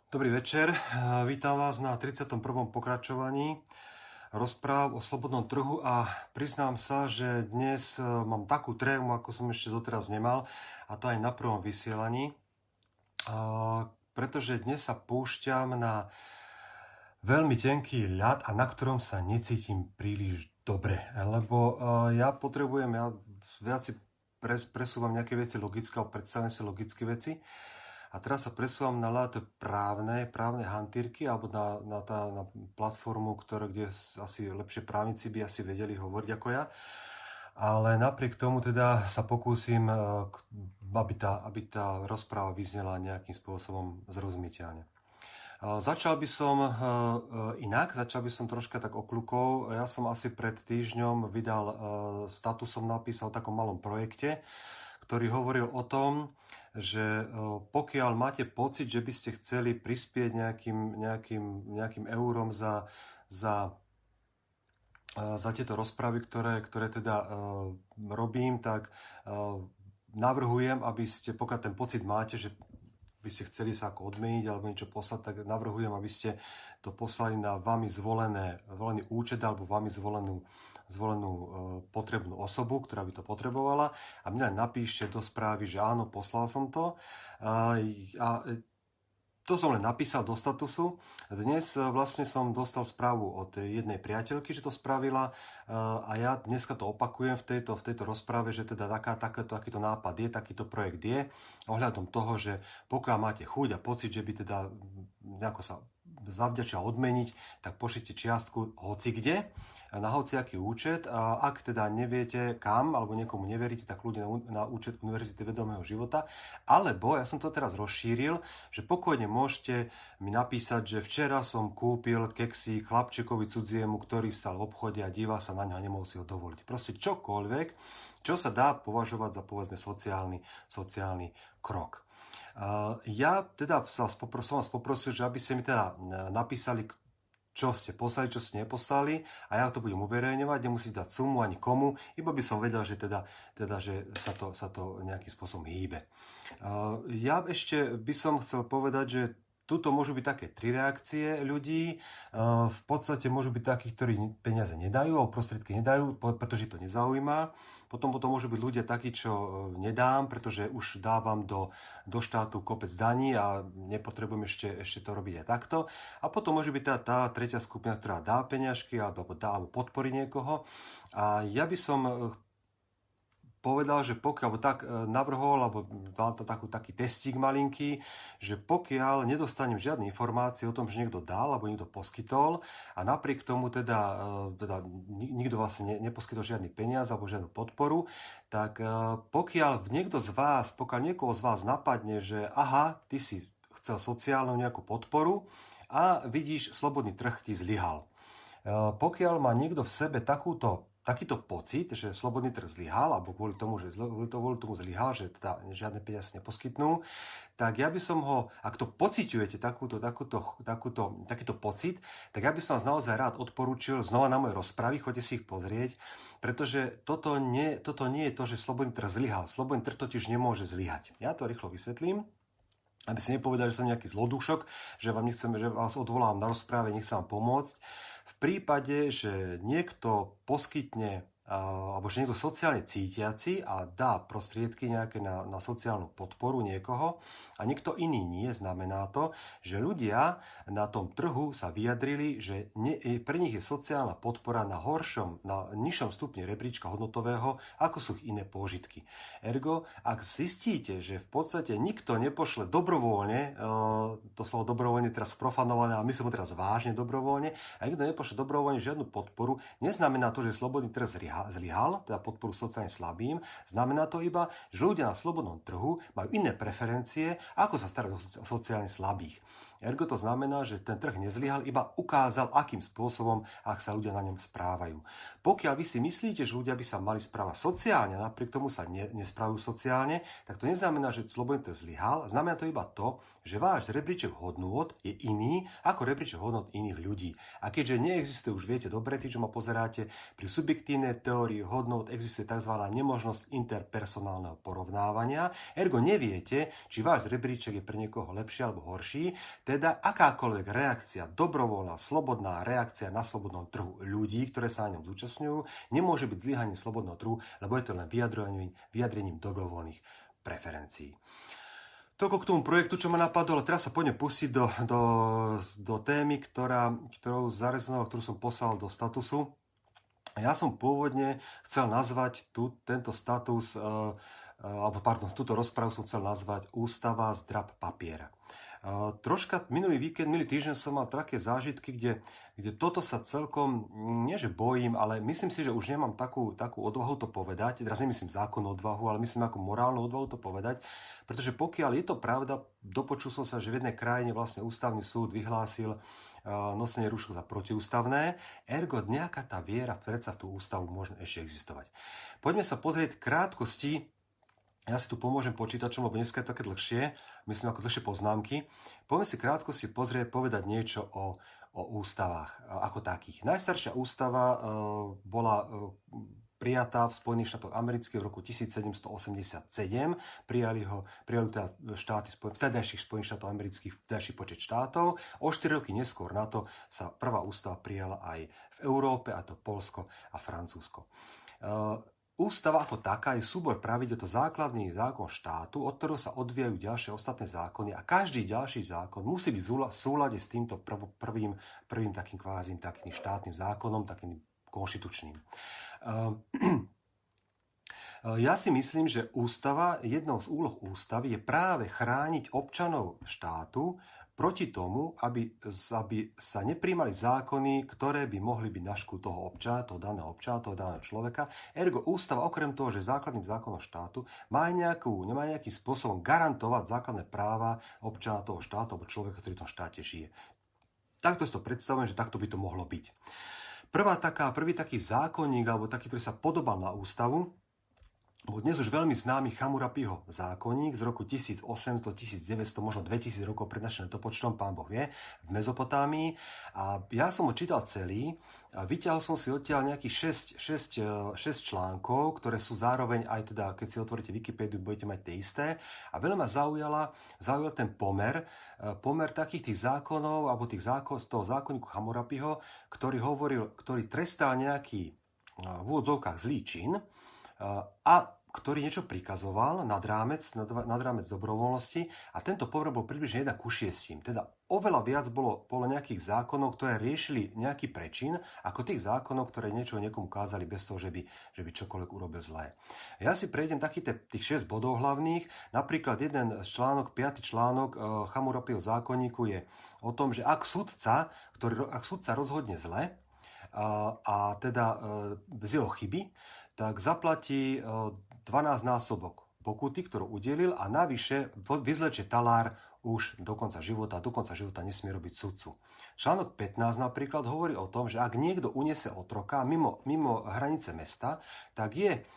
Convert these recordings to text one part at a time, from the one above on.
Dobrý večer, vítam vás na 31. pokračovaní rozpráv o slobodnom trhu a priznám sa, že dnes mám takú trému, ako som ešte doteraz nemal, a to aj na prvom vysielaní, pretože dnes sa púšťam na veľmi tenký ľad a na ktorom sa necítim príliš dobre, lebo ja viac si presúvam nejaké veci logické, alebo predstavím si logické veci. A teraz sa presúvam na ľad právne hantírky alebo na platformu, kde asi lepšie právnici by asi vedeli hovoriť ako ja. Ale napriek tomu teda sa pokúsim, aby tá rozpráva vyznela nejakým spôsobom zrozumiteľne. Začal by som troška tak okľukov. Ja som asi pred týždňom statusom napísal o takom malom projekte, ktorý hovoril o tom, že pokiaľ máte pocit, že by ste chceli prispieť nejakým eurom za tieto rozpravy, ktoré teda robím, tak navrhujem, aby ste, pokiaľ ten pocit máte, že by ste chceli sa ako odmeniť alebo niečo poslať, tak navrhujem, aby ste to poslali na vami zvolený účet alebo vami zvolenú potrebnú osobu, ktorá by to potrebovala, a mňa napíšte do správy, že áno, poslal som to. A to som len napísal do statusu. Dnes vlastne som dostal správu od jednej priateľky, že to spravila, a ja dneska to opakujem v tejto rozprave, že teda takýto nápad je, takýto projekt je, ohľadom toho, že pokiaľ máte chuť a pocit, že by teda nejako sa zavďačia odmeniť, tak pošlite čiastku hocikde, na hociaký účet. A ak teda neviete kam, alebo niekomu neveríte, tak ľudia na účet Univerzity vedomého života. Alebo, ja som to teraz rozšíril, že pokojne môžete mi napísať, že včera som kúpil keksy chlapčekovi cudziemu, ktorý stal v obchode a díva sa na ňo a nemohol si ho dovoliť. Proste čokoľvek, čo sa dá považovať za, povedzme, sociálny krok. Ja teda som vás poprosil, že aby ste mi teda napísali, čo ste poslali, čo ste neposlali, a ja to budem uverejňovať, nemusíte dať sumu ani komu, iba by som vedel, že že sa to nejakým spôsobom hýbe. Ja ešte by som chcel povedať, že tuto môžu byť také 3 reakcie ľudí. V podstate môžu byť takí, ktorí peniaze nedajú alebo prostriedky nedajú, pretože to nezaujíma. Potom môžu byť ľudia takí, čo nedám, pretože už dávam do štátu kopec daní a nepotrebujem ešte to robiť aj takto. A potom môže byť tá tretia skupina, ktorá dá peňažky alebo podporí niekoho. A ja by som povedal, že navrhol, alebo dal to taký testík malinký, že pokiaľ nedostanem žiadne informácie o tom, že niekto dal, alebo niekto poskytol, a napriek tomu teda nikto vlastne neposkytol žiadny peniaz alebo žiadnu podporu, tak pokiaľ niekoho z vás napadne, že aha, ty si chcel sociálnu nejakú podporu a vidíš, slobodný trh ti zlyhal. Pokiaľ má niekto v sebe takýto pocit, že slobodný trh zlyhal, alebo kvôli tomu zlyhal, že teda žiadne peniaze neposkytnú, tak ja by som ho, ak to pociťujete, takýto pocit, tak ja by som vás naozaj rád odporúčil znova na moje rozpravy, choďte si ich pozrieť, pretože toto nie je to, že slobodný trh zlyhal. Slobodný trh totiž nemôže zlyhať. Ja to rýchlo vysvetlím, aby si nepovedali, že som nejaký zlodúšok, že vás odvolám na rozpráve, nechcem vám pomôcť. V prípade, že niekto poskytne, alebo že niekto sociálne cítiaci a dá prostriedky nejaké na sociálnu podporu niekoho a niekto iný nie, znamená to, že ľudia na tom trhu sa vyjadrili, že pre nich je sociálna podpora na nižšom stupni rebríčka hodnotového, ako sú ich iné pôžitky. Ergo, ak zistíte, že v podstate nikto nepošle dobrovoľne, to slovo dobrovoľne teraz sprofanované, ale myslím teraz vážne dobrovoľne, a nikto nepošle dobrovoľne žiadnu podporu, neznamená to, že slobodný trh zlyhal, teda podporu sociálne slabým, znamená to iba, že ľudia na slobodnom trhu majú iné preferencie, ako sa starať o sociálne slabých. Ergo to znamená, že ten trh nezlyhal, iba ukázal, akým spôsobom, ak sa ľudia na ňom správajú. Pokiaľ vy si myslíte, že ľudia by sa mali správať sociálne, napriek tomu sa nesprávajú sociálne, tak to neznamená, že slobodný trh zlyhal, znamená to iba to, že váš rebríček hodnôt je iný ako rebríček hodnôt iných ľudí. A keďže neexistuje, už viete dobre, tí, čo ma pozeráte, pri subjektívnej teórii hodnôt existuje tzv. Nemožnosť interpersonálneho porovnávania, ergo neviete, či váš rebríček je pre niekoho lepší alebo horší, Teda akákoľvek reakcia, dobrovoľná, slobodná reakcia na slobodnom trhu ľudí, ktoré sa na ňom zúčastňujú, nemôže byť zlyhaním slobodného trhu, lebo je to len vyjadrením dobrovoľných preferencií. Toľko k tomu projektu, čo ma napadlo, ale teraz sa poďme pustiť do témy, ktorú som poslal do statusu. Ja som pôvodne chcel nazvať tento status, túto rozprávu som chcel nazvať Ústava z drap papiera. Troška minulý týždeň som mal také zážitky, kde toto sa celkom, nie že bojím, ale myslím si, že už nemám takú odvahu to povedať. Teraz nemyslím zákonnú odvahu, ale myslím ako morálnu odvahu to povedať. Pretože pokiaľ je to pravda, dopočul som sa, že v jednej krajine vlastne ústavný súd vyhlásil nosenie rúšok za protiústavné, ergo nejaká tá viera predsa v tú ústavu môže ešte existovať. Poďme sa pozrieť krátkosti. Ja si tu pomôžem počítačom, lebo dneska je také dlhšie, myslím ako dlhšie poznámky. Poďme si krátko povedať niečo o ústavách ako takých. Najstaršia ústava bola prijatá v Spojených štátoch amerických v roku 1787. Prijali teda štáty vtedajších Spojených štátov amerických, vtedajší počet štátov. O 4 roky neskôr na to sa prvá ústava prijala aj v Európe, a to Poľsko a Francúzsko. Ústava ako taká je súbor pravidiel, to základný zákon štátu, od ktorého sa odvíjajú ďalšie ostatné zákony a každý ďalší zákon musí byť v súlade s týmto prvým takým kvázi takým štátnym zákonom, takým konštitučným. Ja si myslím, že jednou z úloh ústavy je práve chrániť občanov štátu proti tomu, aby sa nepríjmali zákony, ktoré by mohli byť na škodu toho občana, toho daného človeka. Ergo ústava, okrem toho, že základným zákonom štátu, nemá nejakým spôsobom garantovať základné práva občana toho štátu alebo človeka, ktorý v tom štáte žije. Takto si to predstavujem, že takto by to mohlo byť. Prvý taký zákonník, alebo taký, ktorý sa podobal na ústavu, bol dnes už veľmi známy Hammurapiho zákonník z roku 1800, 1900, možno 2000 rokov pred našim letopočtom, pán Boh vie, v Mezopotámii. A ja som ho čítal celý a vyťahol som si odtiaľ nejakých 6 článkov, ktoré sú zároveň aj teda, keď si otvoríte Wikipédiu, budete mať tie isté. A veľmi ma zaujal ten pomer takých tých zákonov, alebo toho zákonníku Hammurapiho, ktorý trestal nejaký v úvodzovkách zlý čin a ktorý niečo prikazoval nad rámec dobrovoľnosti a tento pomer bol približne 1:6. Teda oveľa viac bolo nejakých zákonov, ktoré riešili nejaký prečin, ako tých zákonov, ktoré niečo niekomu kázali bez toho, že by čokoľvek urobil zlé. Ja si prejdem tých 6 bodov hlavných. Napríklad jeden z 5. článok Hammurapiho zákonníku je o tom, že ak sudca rozhodne zle a teda z jeho chyby, tak zaplatí 12-násobok pokuty, ktorú udelil a navyše vyzlečie talár už do konca života. Do konca života nesmie robiť sudcu. Článok 15 napríklad hovorí o tom, že ak niekto unese otroka mimo hranice mesta, tak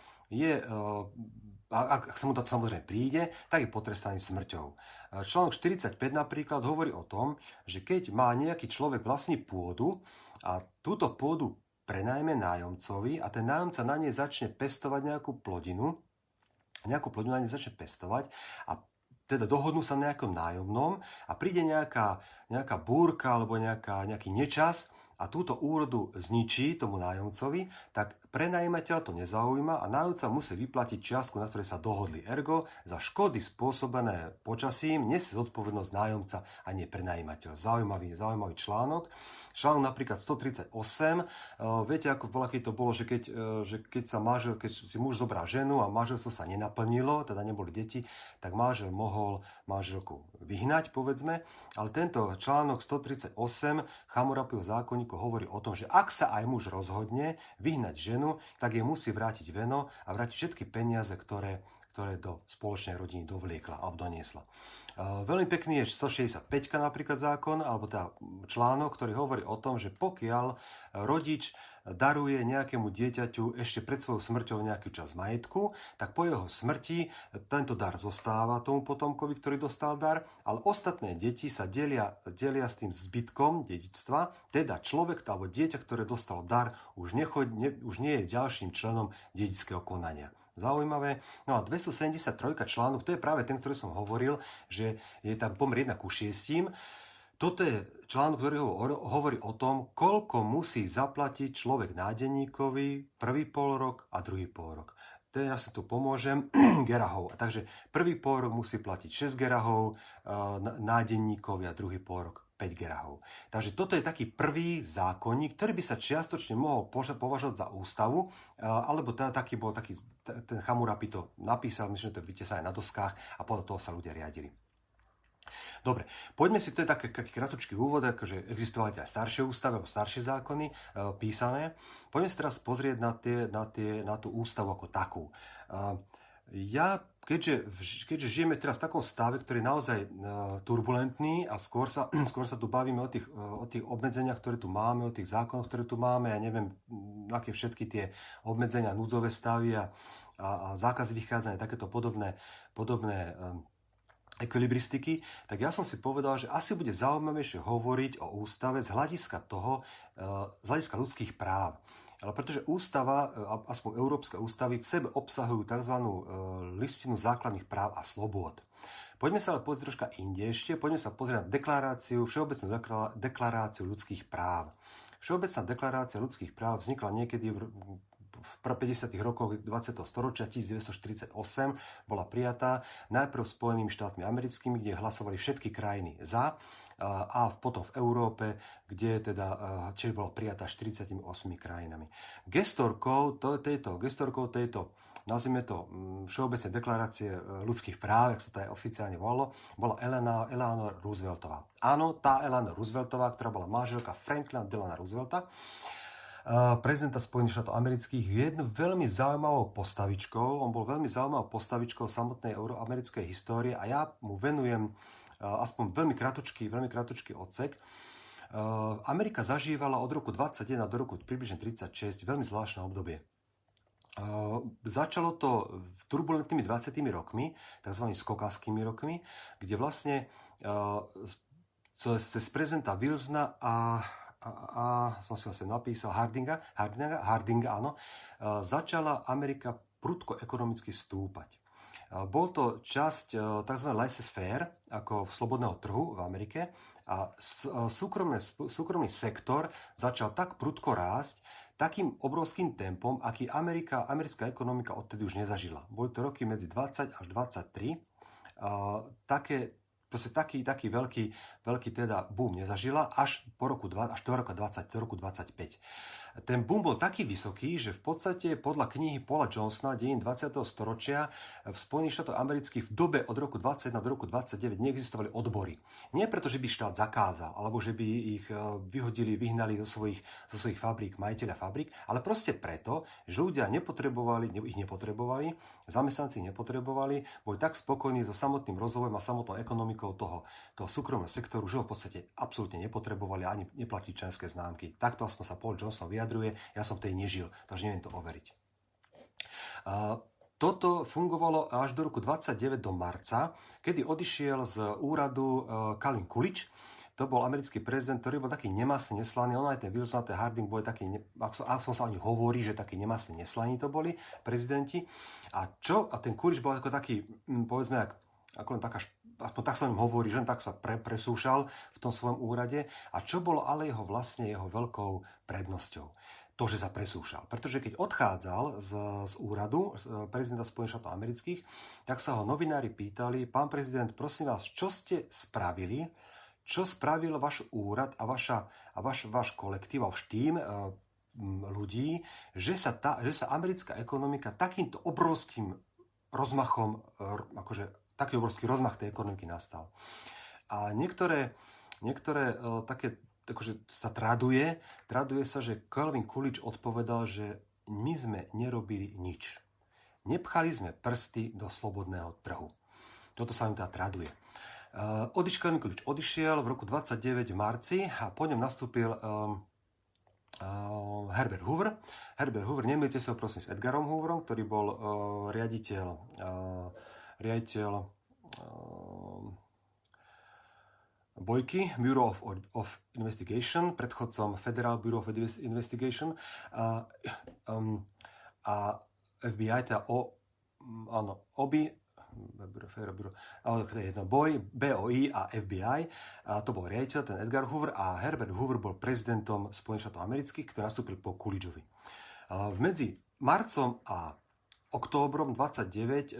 ak sa mu to samozrejme príde, tak je potrestaný smrťou. Článok 45 napríklad hovorí o tom, že keď má nejaký človek vlastní pôdu a túto pôdu prenajme nájomcovi a ten nájomca na nej začne pestovať nejakú plodinu na nej začne pestovať a teda dohodnú sa na nejakom nájomnom a príde nejaká búrka alebo nejaký nečas a túto úrodu zničí tomu nájomcovi, tak prenajímateľ to nezaujíma a nájomca musí vyplatiť čiastku, na ktorej sa dohodli. Ergo, za škody spôsobené počasím nesie zodpovednosť nájomca a nie prenajímateľ. Zaujímavý článok. Článok napríklad 138. Viete, ako keď to bolo, že keď si muž zobral ženu a manželstvo sa nenaplnilo, teda neboli deti, tak manžel mohol manželku vyhnať, povedzme. Ale tento článok 138 Hammurapiho zákonníku hovorí o tom, že ak sa aj muž rozhodne vyhnať ženu, tak jej musí vrátiť veno a vrátiť všetky peniaze, ktoré do spoločnej rodiny dovliekla alebo doniesla. Veľmi pekný je 165 napríklad zákon, alebo teda článok, ktorý hovorí o tom, že pokiaľ rodič daruje nejakému dieťaťu ešte pred svojou smrťou nejaký čas majetku, tak po jeho smrti tento dar zostáva tomu potomkovi, ktorý dostal dar, ale ostatné deti sa delia s tým zbytkom dedičstva, teda človek alebo dieťa, ktoré dostal dar, už nie je ďalším členom dedičského konania. Zaujímavé. No a 273 článok, to je práve ten, ktorý som hovoril, že je tam pomer 1:6. Toto je článok, ktorý hovorí o tom, koľko musí zaplatiť človek nádenníkovi prvý polrok a druhý polrok. To ja sa tu pomôžem, gerahov. Takže prvý polrok musí platiť 6 gerahov nádenníkovi a druhý polrok 5 gerahov. Takže toto je taký prvý zákonník, ktorý by sa čiastočne mohol považovať za ústavu, alebo taký bol taký, ten Hammurapi to napísal, myslím, že to vytesá aj na doskách a podľa toho sa ľudia riadili. Dobre, poďme si, to je taký kratučký úvod, akože existovali aj staršie ústavy alebo staršie zákony písané. Poďme si teraz pozrieť na tú ústavu ako takú. Keďže žijeme teraz v takom stave, ktorý je naozaj turbulentný a skôr sa tu bavíme o tých obmedzeniach, ktoré tu máme, o tých zákonoch, ktoré tu máme, ja neviem, aké všetky tie obmedzenia, núdzové stavy a zákazy vychádzania, takéto podobné ekvilibristiky, tak ja som si povedal, že asi bude zaujímavejšie hovoriť o ústave z hľadiska ľudských práv. Ale pretože ústava, aspoň európske ústavy, v sebe obsahujú tzv. Listinu základných práv a slobôd. Poďme sa ale pozrieť troška inde ešte, poďme sa pozrieť na Všeobecnú deklaráciu ľudských práv. Všeobecná deklarácia ľudských práv vznikla niekedy v 50. rokoch 20. storočia, 1948, bola prijatá najprv Spojenými štátmi americkými, kde hlasovali všetky krajiny za, a potom v Európe, kde teda tiež bola prijatá 48 krajinami. Gestorkou tejto, nazvime to Všeobecnej deklarácie ľudských práv, jak sa to aj oficiálne volalo, bola Eleanor Rooseveltová. Áno, tá Eleanor Rooseveltová, ktorá bola manželka Franklina Delana Roosevelta, prezidenta Spojených štátov amerických, je jednou veľmi zaujímavou postavičkou. On bol veľmi zaujímavou postavičkou samotnej americkej histórie a ja mu venujem aspoň veľmi kratučký odsek. Amerika zažívala od roku 21 do roku približne 36 veľmi zvláštne obdobie. Začalo to turbulentnými 20. rokmi, tzv. Skokáskými rokmi, kde vlastne cez prezidenta Wilsona a som si vlastne napísal Hardinga, áno, začala Amerika prudko ekonomicky stúpať. Bol to časť tzv. laissez-faire, ako slobodného trhu v Amerike, a súkromný sektor začal tak prudko rásť, takým obrovským tempom, aký americká ekonomika odtedy už nezažila. Boli to roky medzi 20 až 23. Taký veľký teda boom nezažila až do roku 25. Ten boom bol taký vysoký, že v podstate podľa knihy Paula Johnsona Dejín 20. storočia v Spojených štátoch amerických v dobe od roku 21 do roku 29 neexistovali odbory. Nie preto, že by štát zakázal, alebo že by ich vyhnali zo svojich fabrík, majiteľa fabrík, ale proste preto, že ľudia ich nepotrebovali, zamestnanci nepotrebovali, boli tak spokojní so samotným rozvojom a samotnou ekonomikou toho súkromného sektoru, že ho v podstate absolútne nepotrebovali ani neplatili členské známky. Takto aspoň sa Paul Johnson vyjadruje, ja som v tej nežil, takže neviem to overiť. Toto fungovalo až do roku 29 do marca, kedy odišiel z úradu Calvin Coolidge. To bol americký prezident, ktorý bol taký nemastný, neslaný. On aj ten Wilson a ten Harding boli takí, ako sa o nich hovorí, že takí nemastní, neslaní to boli prezidenti. A ten Coolidge bol ako taký, povedzme, ako len taká, aspoň tak sa o ňom hovorí, že tak sa presúšal v tom svojom úrade. A čo bolo ale jeho veľkou prednosťou? To, že sa presúšal. Pretože keď odchádzal z úradu prezidenta Spojených štátov amerických, tak sa ho novinári pýtali: pán prezident, prosím vás, čo ste spravili, čo spravil váš úrad a váš kolektív, váš tím ľudí, že sa americká ekonomika takýmto obrovským rozmachom, akože taký obrovský rozmach tej ekonomiky nastal. A niektoré také, akože sa traduje sa, že Calvin Coolidge odpovedal, že my sme nerobili nič. Nepchali sme prsty do slobodného trhu. Toto sa im teda traduje. Calvin Coolidge odišiel v roku 29 v marci a po ňom nastúpil Herbert Hoover. Herbert Hoover, nemýlte sa prosím s Edgarom Hooverom, ktorý bol riaditeľ Bojky, Bureau of Investigation, predchodcom Federal Bureau of Investigation a FBI, teda BOI a FBI, a to bol riaditeľ, ten Edgar Hoover, a Herbert Hoover bol prezidentom Spojených štátov amerických, ktorý nastúpil po Coolidgeovi. Medzi marcom a októbrom 29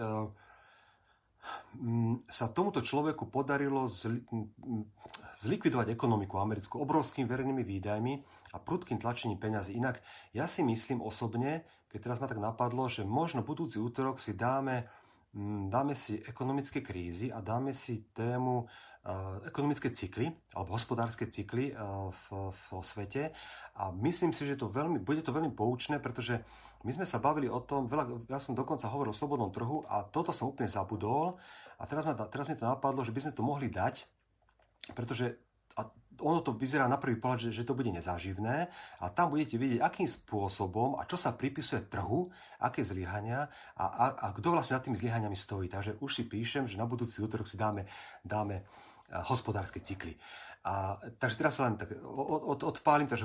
sa tomuto človeku podarilo zlikvidovať ekonomiku americkú obrovskými verejnými výdajmi a prudkým tlačením peňazí. Inak ja si myslím osobne, keď teraz ma tak napadlo, že možno budúci útorok si dáme si ekonomické krízy a dáme si tému ekonomické cykly alebo hospodárske cykly vo svete, a myslím si, že bude to veľmi poučné, pretože my sme sa bavili o tom, ja som dokonca hovoril o slobodnom trhu a toto som úplne zabudol a teraz mi to napadlo, že by sme to mohli dať, pretože ono to vyzerá na prvý pohľad, že to bude nezáživné, a tam budete vidieť, akým spôsobom a čo sa pripisuje trhu, aké zlyhania a kto vlastne nad tými zlyhaniami stojí. Takže už si píšem, že na budúci útorok si dáme hospodárske cykly. Takže teraz sa len tak odpálim. Takže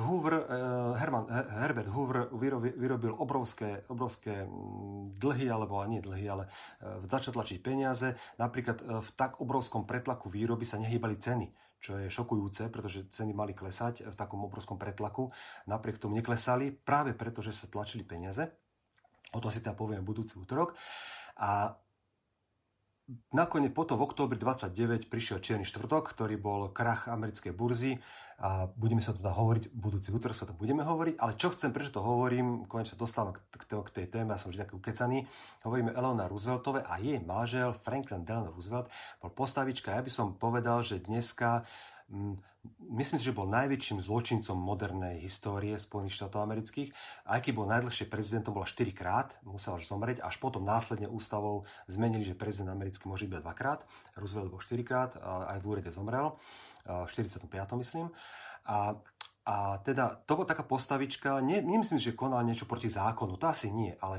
Herbert Hoover vyrobil obrovské dlhy, alebo nie dlhy, ale začal tlačiť peniaze. Napríklad v tak obrovskom pretlaku výroby sa nehýbali ceny, čo je šokujúce, pretože ceny mali klesať v takom obrovskom pretlaku. Napriek tomu neklesali, práve preto, že sa tlačili peniaze. O tom si tam poviem budúci útorok. A nakoniec potom v októbri 29 prišiel čierny štvrtok, ktorý bol krach americkej burzy, a budeme sa teda hovoriť, budúci útorok sa to budeme hovoriť, ale prečo to hovorím, konečne sa dostávam k tej téme, ja som vždy taký ukecaný. Hovoríme Eleanor Rooseveltove a jej manžel Franklin Delano Roosevelt bol postavička. Ja by som povedal, že dneska myslím si, že bol najväčším zločincom modernej histórie Spojených štátov amerických. Aj keď bol najdlhšie prezidentom, bola 4-krát, musel až zomrieť, až potom následne ústavou zmenili, že prezident americký môže byť 2-krát. Roosevelt bol 4-krát, aj v úrade zomrel, v 45. myslím. A teda to bola taká postavička, nemyslím, že konal niečo proti zákonu, to asi nie, ale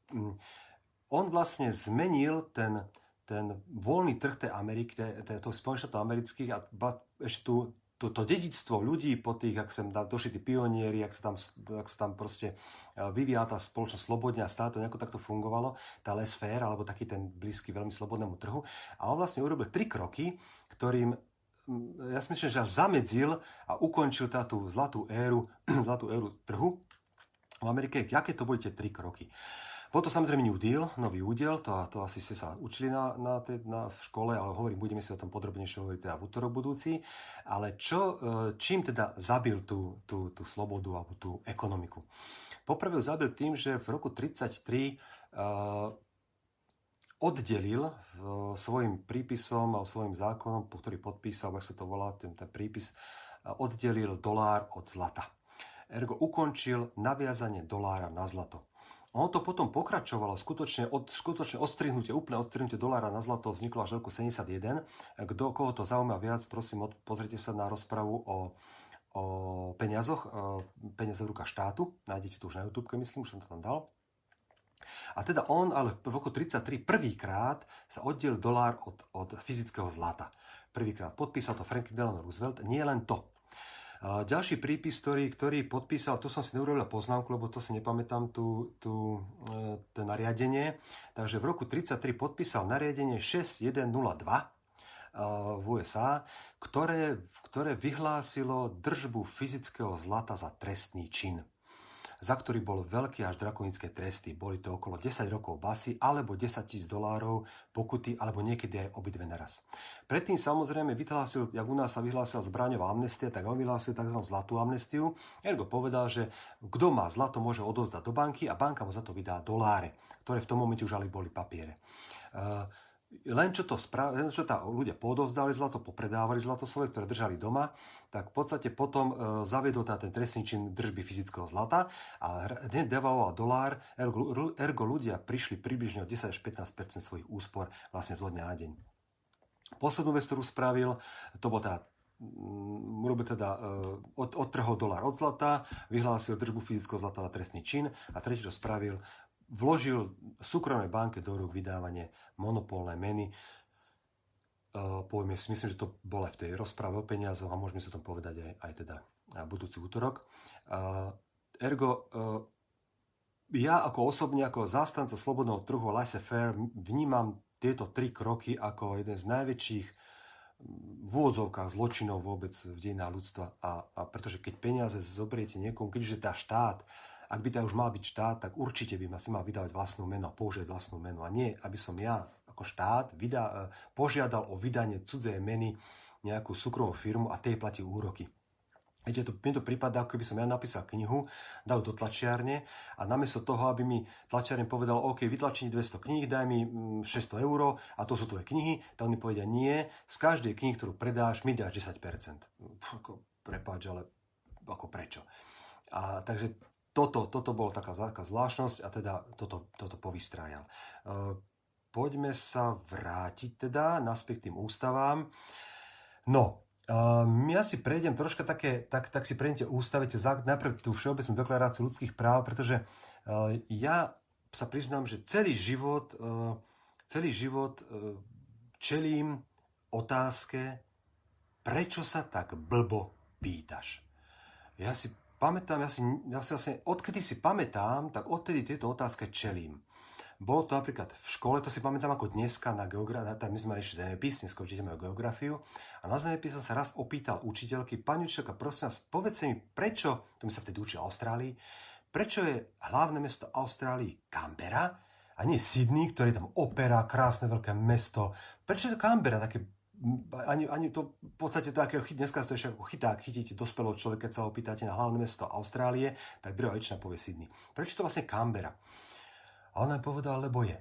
on vlastne zmenil ten voľný trh tej Ameriky, toho Spojených štátov amerických, a ešte to dedičstvo ľudí po tých, ak sa tam došli tí pionieri, ak sa tam proste vyvíjala tá spoločnosť slobodne a stále to nejako takto fungovalo, tá laissez-faire, alebo taký ten blízky veľmi slobodnému trhu. A on vlastne urobil 3 kroky, ktorým ja si myslím, že zamedzil a ukončil tú zlatú éru trhu v Amerike. Aké to boli tie 3 kroky? Potom samozrejme New Deal, nový údel, to asi ste sa učili v škole, ale hovorím, budeme si o tom podrobnejšie hovoriť teda v útorok budúci. Ale čím teda zabil tú slobodu alebo tú ekonomiku? Poprvé ju zabil tým, že v roku 1933 oddelil svojim prípisom a svojim zákonom, ktorý podpísal, ako sa to volá, ten prípis, oddelil dolár od zlata. Ergo ukončil naviazanie dolára na zlato. Ono to potom pokračovalo, skutočne úplné odstrihnutie dolára na zlato vzniklo až v roku 71. Koho to zaujíma viac, prosím, pozrite sa na rozpravu o peniazoch, peniaze v rukách štátu. Nájdete to už na YouTube, myslím, už som to tam dal. A teda on, ale v roku 1933 prvýkrát sa oddelil dolár od fyzického zlata. Prvýkrát podpísal to Franklin Delano Roosevelt. Nie len to. Ďalší prípis, ktorý podpísal, tu som si neurobil poznámku, lebo to si nepamätám, to nariadenie. Takže v roku 1933 podpísal nariadenie 6102 v USA, ktoré vyhlásilo držbu fyzického zlata za trestný čin, za ktorý bol veľké až drakonické tresty. Boli to okolo 10 rokov basy alebo $10,000 pokuty, alebo niekedy aj obidve naraz. Predtým samozrejme vyhlásil, jak u nás sa vyhlásila zbraňová amnestia, tak on vyhlásil tzv. Zlatú amnestiu. Ergo povedal, že kto má zlato, môže odovzdať do banky a banka mu za to vydá doláre, ktoré v tom momente už ale boli papiere. Len čo ľudia podovzdali zlato, popredávali zlato svoje, ktoré držali doma, tak v podstate potom zaviedol ten trestný čin držby fyzického zlata a hneď devalvoval dolár, ergo ľudia prišli približne o 10 až 15% svojich úspor vlastne zo dňa na deň. Poslednú vec, ktorú spravil, to bol odtrhol dolár od zlata, vyhlásil držbu fyzického zlata za trestný čin a tretí, čo spravil, vložil súkromnej banke do rúk vydávanie monopolnej meny. Myslím, že to bolo aj v tej rozprave o peniazoch a môžeme sa o tom povedať aj teda na budúci útorok. Ergo, ja ako osobne, ako zástanca slobodného trhu a laissez-faire vnímam tieto 3 kroky ako jeden z najväčších v úvodzovkách zločinov vôbec v dejinách ľudstva. A pretože keď peniaze zoberiete niekomu, keďže tá štát, ak by to už mal byť štát, tak určite by ma si mal vydávať vlastnú menu, použiť vlastnú menu. A nie, aby som ja ako štát požiadal o vydanie cudzej meny nejakú súkromnú firmu a tej platí úroky. Viete, mne to prípada, ako keby som ja napísal knihu, dal do tlačiarne a namiesto toho, aby mi tlačiarne povedal, OK, vytlačí 200 kníh, daj mi 600 € a to sú tvoje knihy, tak oni povedia, nie, z každej knihy, ktorú predáš, mi dáš 10%. Prepáč, ale ako prečo? A takže toto bola taká zvláštnosť a teda toto povystrájal. Poďme sa vrátiť teda naspäť k tým ústavám. No, ja si prejdem troška tak si prejdete ústavite najprv tú Všeobecnú deklaráciu ľudských práv, pretože ja sa priznám, že celý život čelím otázke, prečo sa tak blbo pýtaš. Ja si pamätám, odkedy si pamätám, tak odtedy tieto otázke čelím. Bolo to napríklad v škole, to si pamätám ako dneska na geografii, tam my sme mali ešte zemepis, dneska určite máme geografiu. A na zemepis som sa raz opýtal učiteľky, pani učiteľka, prosím vás, povedzte mi, prečo, to mi sa vtedy učil v Austrálii, prečo je hlavné mesto Austrálii Canberra a nie Sydney, ktoré je tam opera, krásne veľké mesto. Prečo je to Canberra také, ani to v podstate to, akého dneska to ešte ako chyták, chytíte dospelého človeka, keď sa ho opýtate na hlavné mesto Austrálie, tak druhá väčšina povie Sydney. Prečo to vlastne Canberra? A ona povedala, lebo je.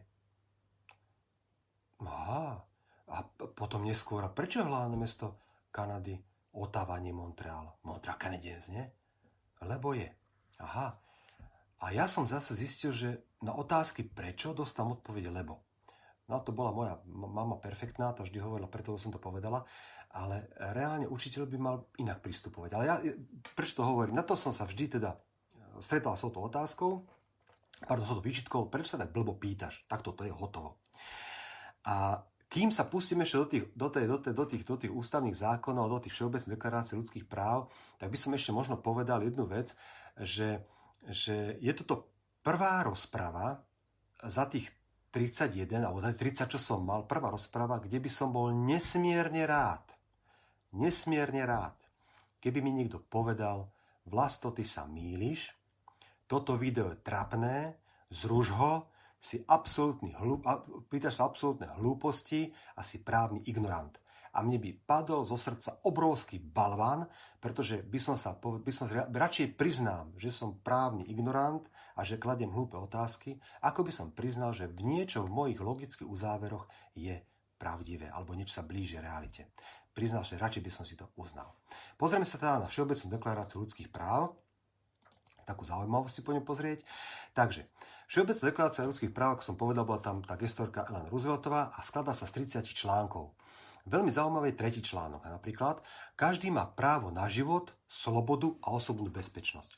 Aha. A potom neskôr, prečo je hlavné mesto Kanady Ottawa, nie Montreal? Montreal Canadiens, nie? Lebo je. Aha. A ja som zase zistil, že na otázky prečo dostám odpoveď lebo. No to bola moja mama perfektná, tá vždy hovorila, preto som to povedala, ale reálne učiteľ by mal inak pristupovať. Ale ja, prečo to hovorím? Na to som sa vždy teda stretal s touto otázkou, so to výčitkou, prečo sa tak blbo pýtaš? Takto to je hotovo. A kým sa pustíme ešte do tých ústavných zákonov, do tých všeobecných deklarácií ľudských práv, tak by som ešte možno povedal jednu vec, že je toto prvá rozprava za tých 31, alebo za 30, čo som mal, prvá rozprava, kde by som bol nesmierne rád, keby mi niekto povedal, Vlasto, ty sa mýliš, toto video je trapné, zruš ho, pýtaš sa absolútne hlúposti a si právny ignorant. A mne by padol zo srdca obrovský balván, pretože radšej priznám, že som právny ignorant a že kladiem hlúpe otázky, ako by som priznal, že v niečo v mojich logických uzáveroch je pravdivé, alebo niečo sa blíži realite. Priznal, že radšej by som si to uznal. Pozrieme sa teda na Všeobecnú deklaráciu ľudských práv, takú zaujímavosť si poďme pozrieť. Takže, Všeobecná deklarácia ľudských práv, ako som povedal, bola tam tá gestorka Eleanor Rooseveltová a skladá sa z 30 článkov. Veľmi zaujímavý je 3. článok. Napríklad, každý má právo na život, slobodu a osobnú bezpečnosť.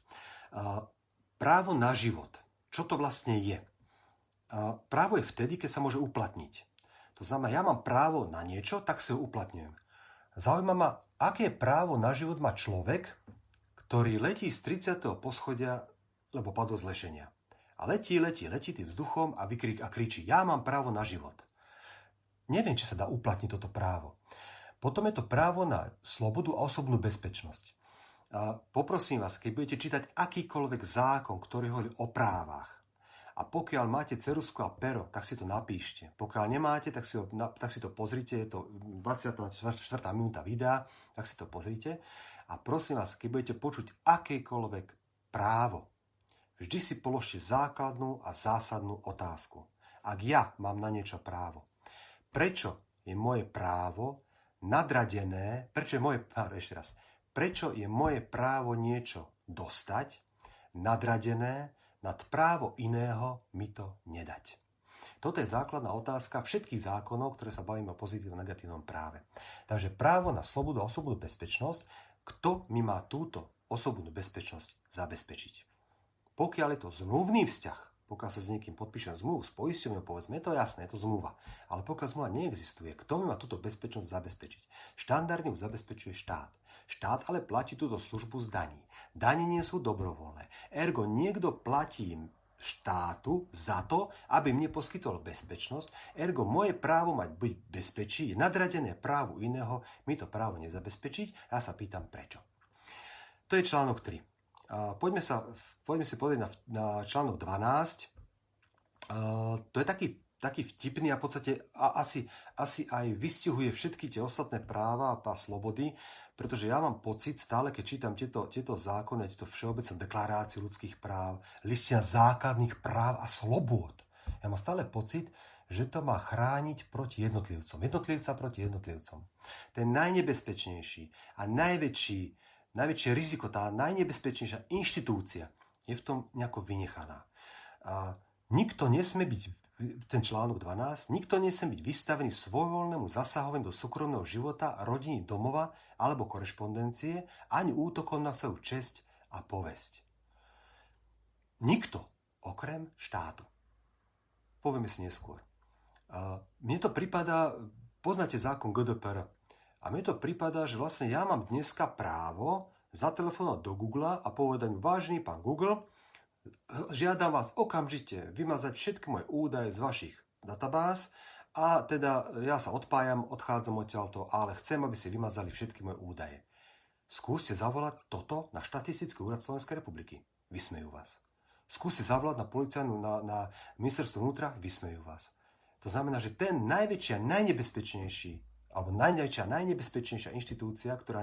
Právo na život. Čo to vlastne je? Právo je vtedy, keď sa môže uplatniť. To znamená, ja mám právo na niečo, tak si ho uplatňujem. Zaujíma ma, aké právo na život má človek, ktorý letí z 30. poschodia, lebo padol z lešenia. A letí tým vzduchom a kričí, ja mám právo na život. Neviem, či sa dá uplatniť toto právo. Potom je to právo na slobodu a osobnú bezpečnosť. A poprosím vás, keď budete čítať akýkoľvek zákon, ktorý hovorí o právach, a pokiaľ máte ceruzku a pero, tak si to napíšte. Pokiaľ nemáte, tak si to pozrite, je to 24. minúta videa, tak si to pozrite. A prosím vás, keď budete počuť akékoľvek právo, vždy si položte základnú a zásadnú otázku. Ak ja mám na niečo právo, prečo je moje právo nadradené, prečo je moje právo niečo dostať nadradené nad právo iného mi to nedať? Toto je základná otázka všetkých zákonov, ktoré sa bavíme o pozitívnom a negatívnom práve. Takže právo na slobodu a osobnú bezpečnosť, kto mi má túto osobnú bezpečnosť zabezpečiť? Pokiaľ je to zmluvný vzťah, pokiaľ sa s niekým podpíšem zmluvu s poisťovňou, povedzme, je to jasné, je to zmluva. Ale pokiaľ zmluva neexistuje, kto mi má túto bezpečnosť zabezpečiť? Štandardne ju zabezpečuje štát. Štát ale platí túto službu z daní. Dane nie sú dobrovoľné. Ergo niekto platí štátu za to, aby mne poskytol bezpečnosť. Ergo, moje právo mať byť bezpečí je nadradené právu iného, mi to právo nezabezpečiť. Ja sa pýtam, prečo. To je článok 3. Poďme si pozrieť na článok 12. To je taký vtipný a v podstate asi aj vystihuje všetky tie ostatné práva a slobody, pretože ja mám pocit stále, keď čítam tieto zákony, tieto všeobecnú deklaráciu ľudských práv, listina základných práv a slobôd, ja mám stále pocit, že to má chrániť proti jednotlivcom. Jednotlivca proti jednotlivcom. Ten najnebezpečnejší a najväčšie riziko, tá najnebezpečnejšia inštitúcia je v tom nejako vynechaná. Nikto nesmie byť, ten článok 12, nikto nesmie byť vystavený svojvoľnému zasahovaniu do súkromného života, rodiny, domova alebo korešpondencie, ani útokom na svoju česť a povesť. Nikto, okrem štátu. Povieme si neskôr. Mne to pripadá, poznáte zákon GDPR, a mne to pripadá, že vlastne ja mám dneska právo zatelefonovať do Google a povedať mu, vážený pán Google, žiadam vás okamžite vymazať všetky moje údaje z vašich databáz a teda ja sa odpájam, odchádzam odtiaľto, ale chcem, aby ste vymazali všetky moje údaje. Skúste zavolať toto na štatistický úrad Slovenskej republiky. Vysmejú vás. Skúste zavolať na policajnú, na ministerstvo vnútra, vysmejú vás. To znamená, že ten najväčší a najnebezpečnejší alebo najnebezpečnejšia inštitúcia, ktorá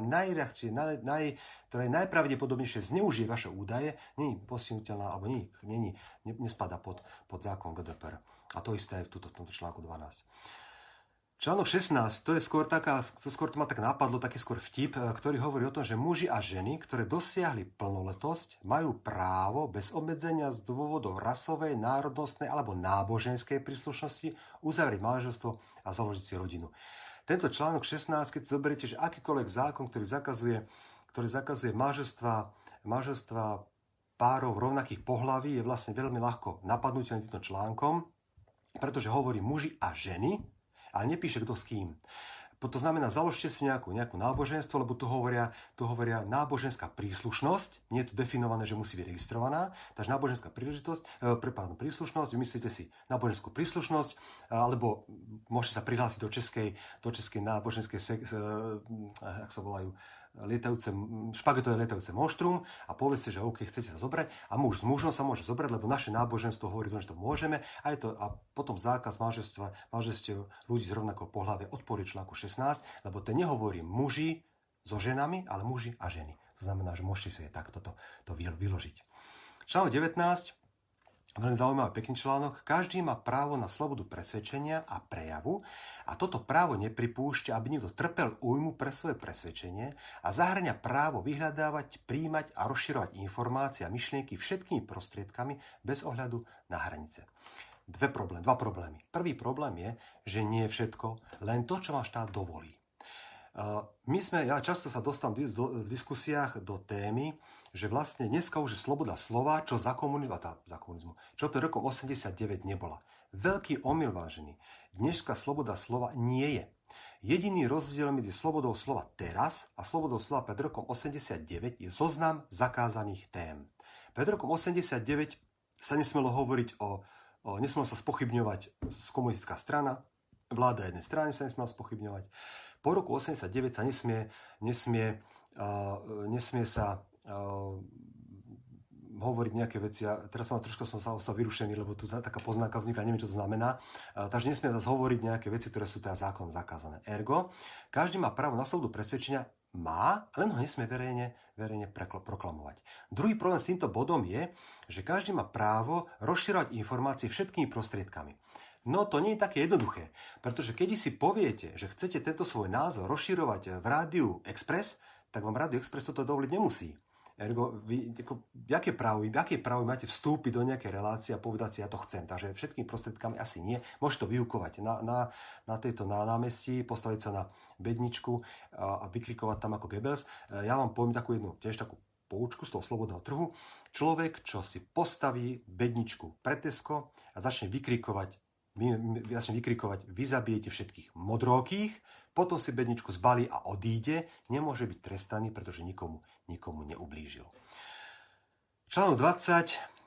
je najpravdepodobnejšie zneužije vaše údaje, nie je postihnuteľná, alebo nespadá pod zákon GDPR. A to isté je v tomto článku 12. Článok 16, to ma tak napadlo, taký skôr vtip, ktorý hovorí o tom, že muži a ženy, ktoré dosiahli plnoletosť, majú právo bez obmedzenia z dôvodov rasovej, národnostnej alebo náboženskej príslušnosti uzavrieť manželstvo a založiť si rodinu. Tento článok 16, keď si zoberiete, že akýkoľvek zákon, ktorý zakazuje manželstva párov rovnakých pohlaví, je vlastne veľmi ľahko napadnutelný týmto článkom, pretože hovorí muži a ženy, ale nepíše kto s kým. To znamená, založte si nejakú náboženstvo, lebo tu hovoria náboženská príslušnosť, nie je tu definované, že musí byť registrovaná, takže náboženská príslušnosť, vymyslíte si náboženskú príslušnosť, alebo môžete sa prihlásiť do českej náboženskej, ak sa volajú, špagetové lietajúce monštrum a povedzte, že OK, chcete sa zobrať a muž s mužom sa môže zobrať, lebo naše náboženstvo hovorí, že to môžeme a potom zákaz manželstiev ľudí z rovnakého pohlavia odporí článku 16, lebo ten nehovorí muži so ženami, ale muži a ženy. To znamená, že môžete si aj takto to vyložiť. Článok 19, veľmi zaujímavý, pekný článok. Každý má právo na slobodu presvedčenia a prejavu a toto právo nepripúšťa, aby niekto trpel újmu pre svoje presvedčenie a zahŕňa právo vyhľadávať, príjmať a rozširovať informácie a myšlienky všetkými prostriedkami bez ohľadu na hranice. Dva problémy. Prvý problém je, že nie je všetko len to, čo vám štát dovolí. Ja často sa dostávam v diskusiách do témy, že vlastne dneska už je sloboda slova, čo za komunizmu, čo pred rokom 89 nebola. Veľký omyl, vážený. Dneska sloboda slova nie je. Jediný rozdiel medzi slobodou slova teraz a slobodou slova pred rokom 89 je zoznam zakázaných tém. Pred rokom 89 sa nesmelo hovoriť nesmelo sa spochybňovať komunistická strana, vláda jednej strany sa nesmela spochybňovať. Po roku 89 sa nesmie sa hovoriť nejaké veci. A teraz som sa vyrušený, lebo tu taká poznámka vznikla, neviem, čo to znamená. Takže nesmie zase hovoriť nejaké veci, ktoré sú teda zákonom zakázané. Ergo, každý má právo na slobodu presvedčenia, len ho nesmie verejne proklamovať. Druhý problém s týmto bodom je, že každý má právo rozširovať informácie všetkými prostriedkami. No to nie je také jednoduché, pretože keď si poviete, že chcete tento svoj názor rozširovať v Rádiu Express, tak vám Rádio Express toto dovoliť nemusí. Ergo, aké právo máte vstúpiť do nejakej relácie a povedať si, ja to chcem. Takže všetkými prostriedkami asi nie. Môžete to vyukovať na námestí, postaviť sa na bedničku a vykrikovať tam ako Goebbels. Ja vám poviem tiež takú poučku z toho slobodného trhu. Človek, čo si postaví bedničku pre Tesco a začne vykrikovať, vy zabijete všetkých modrókých, potom si bedničku zbalí a odíde, nemôže byť trestaný, pretože nikomu neublížil. Článok 20,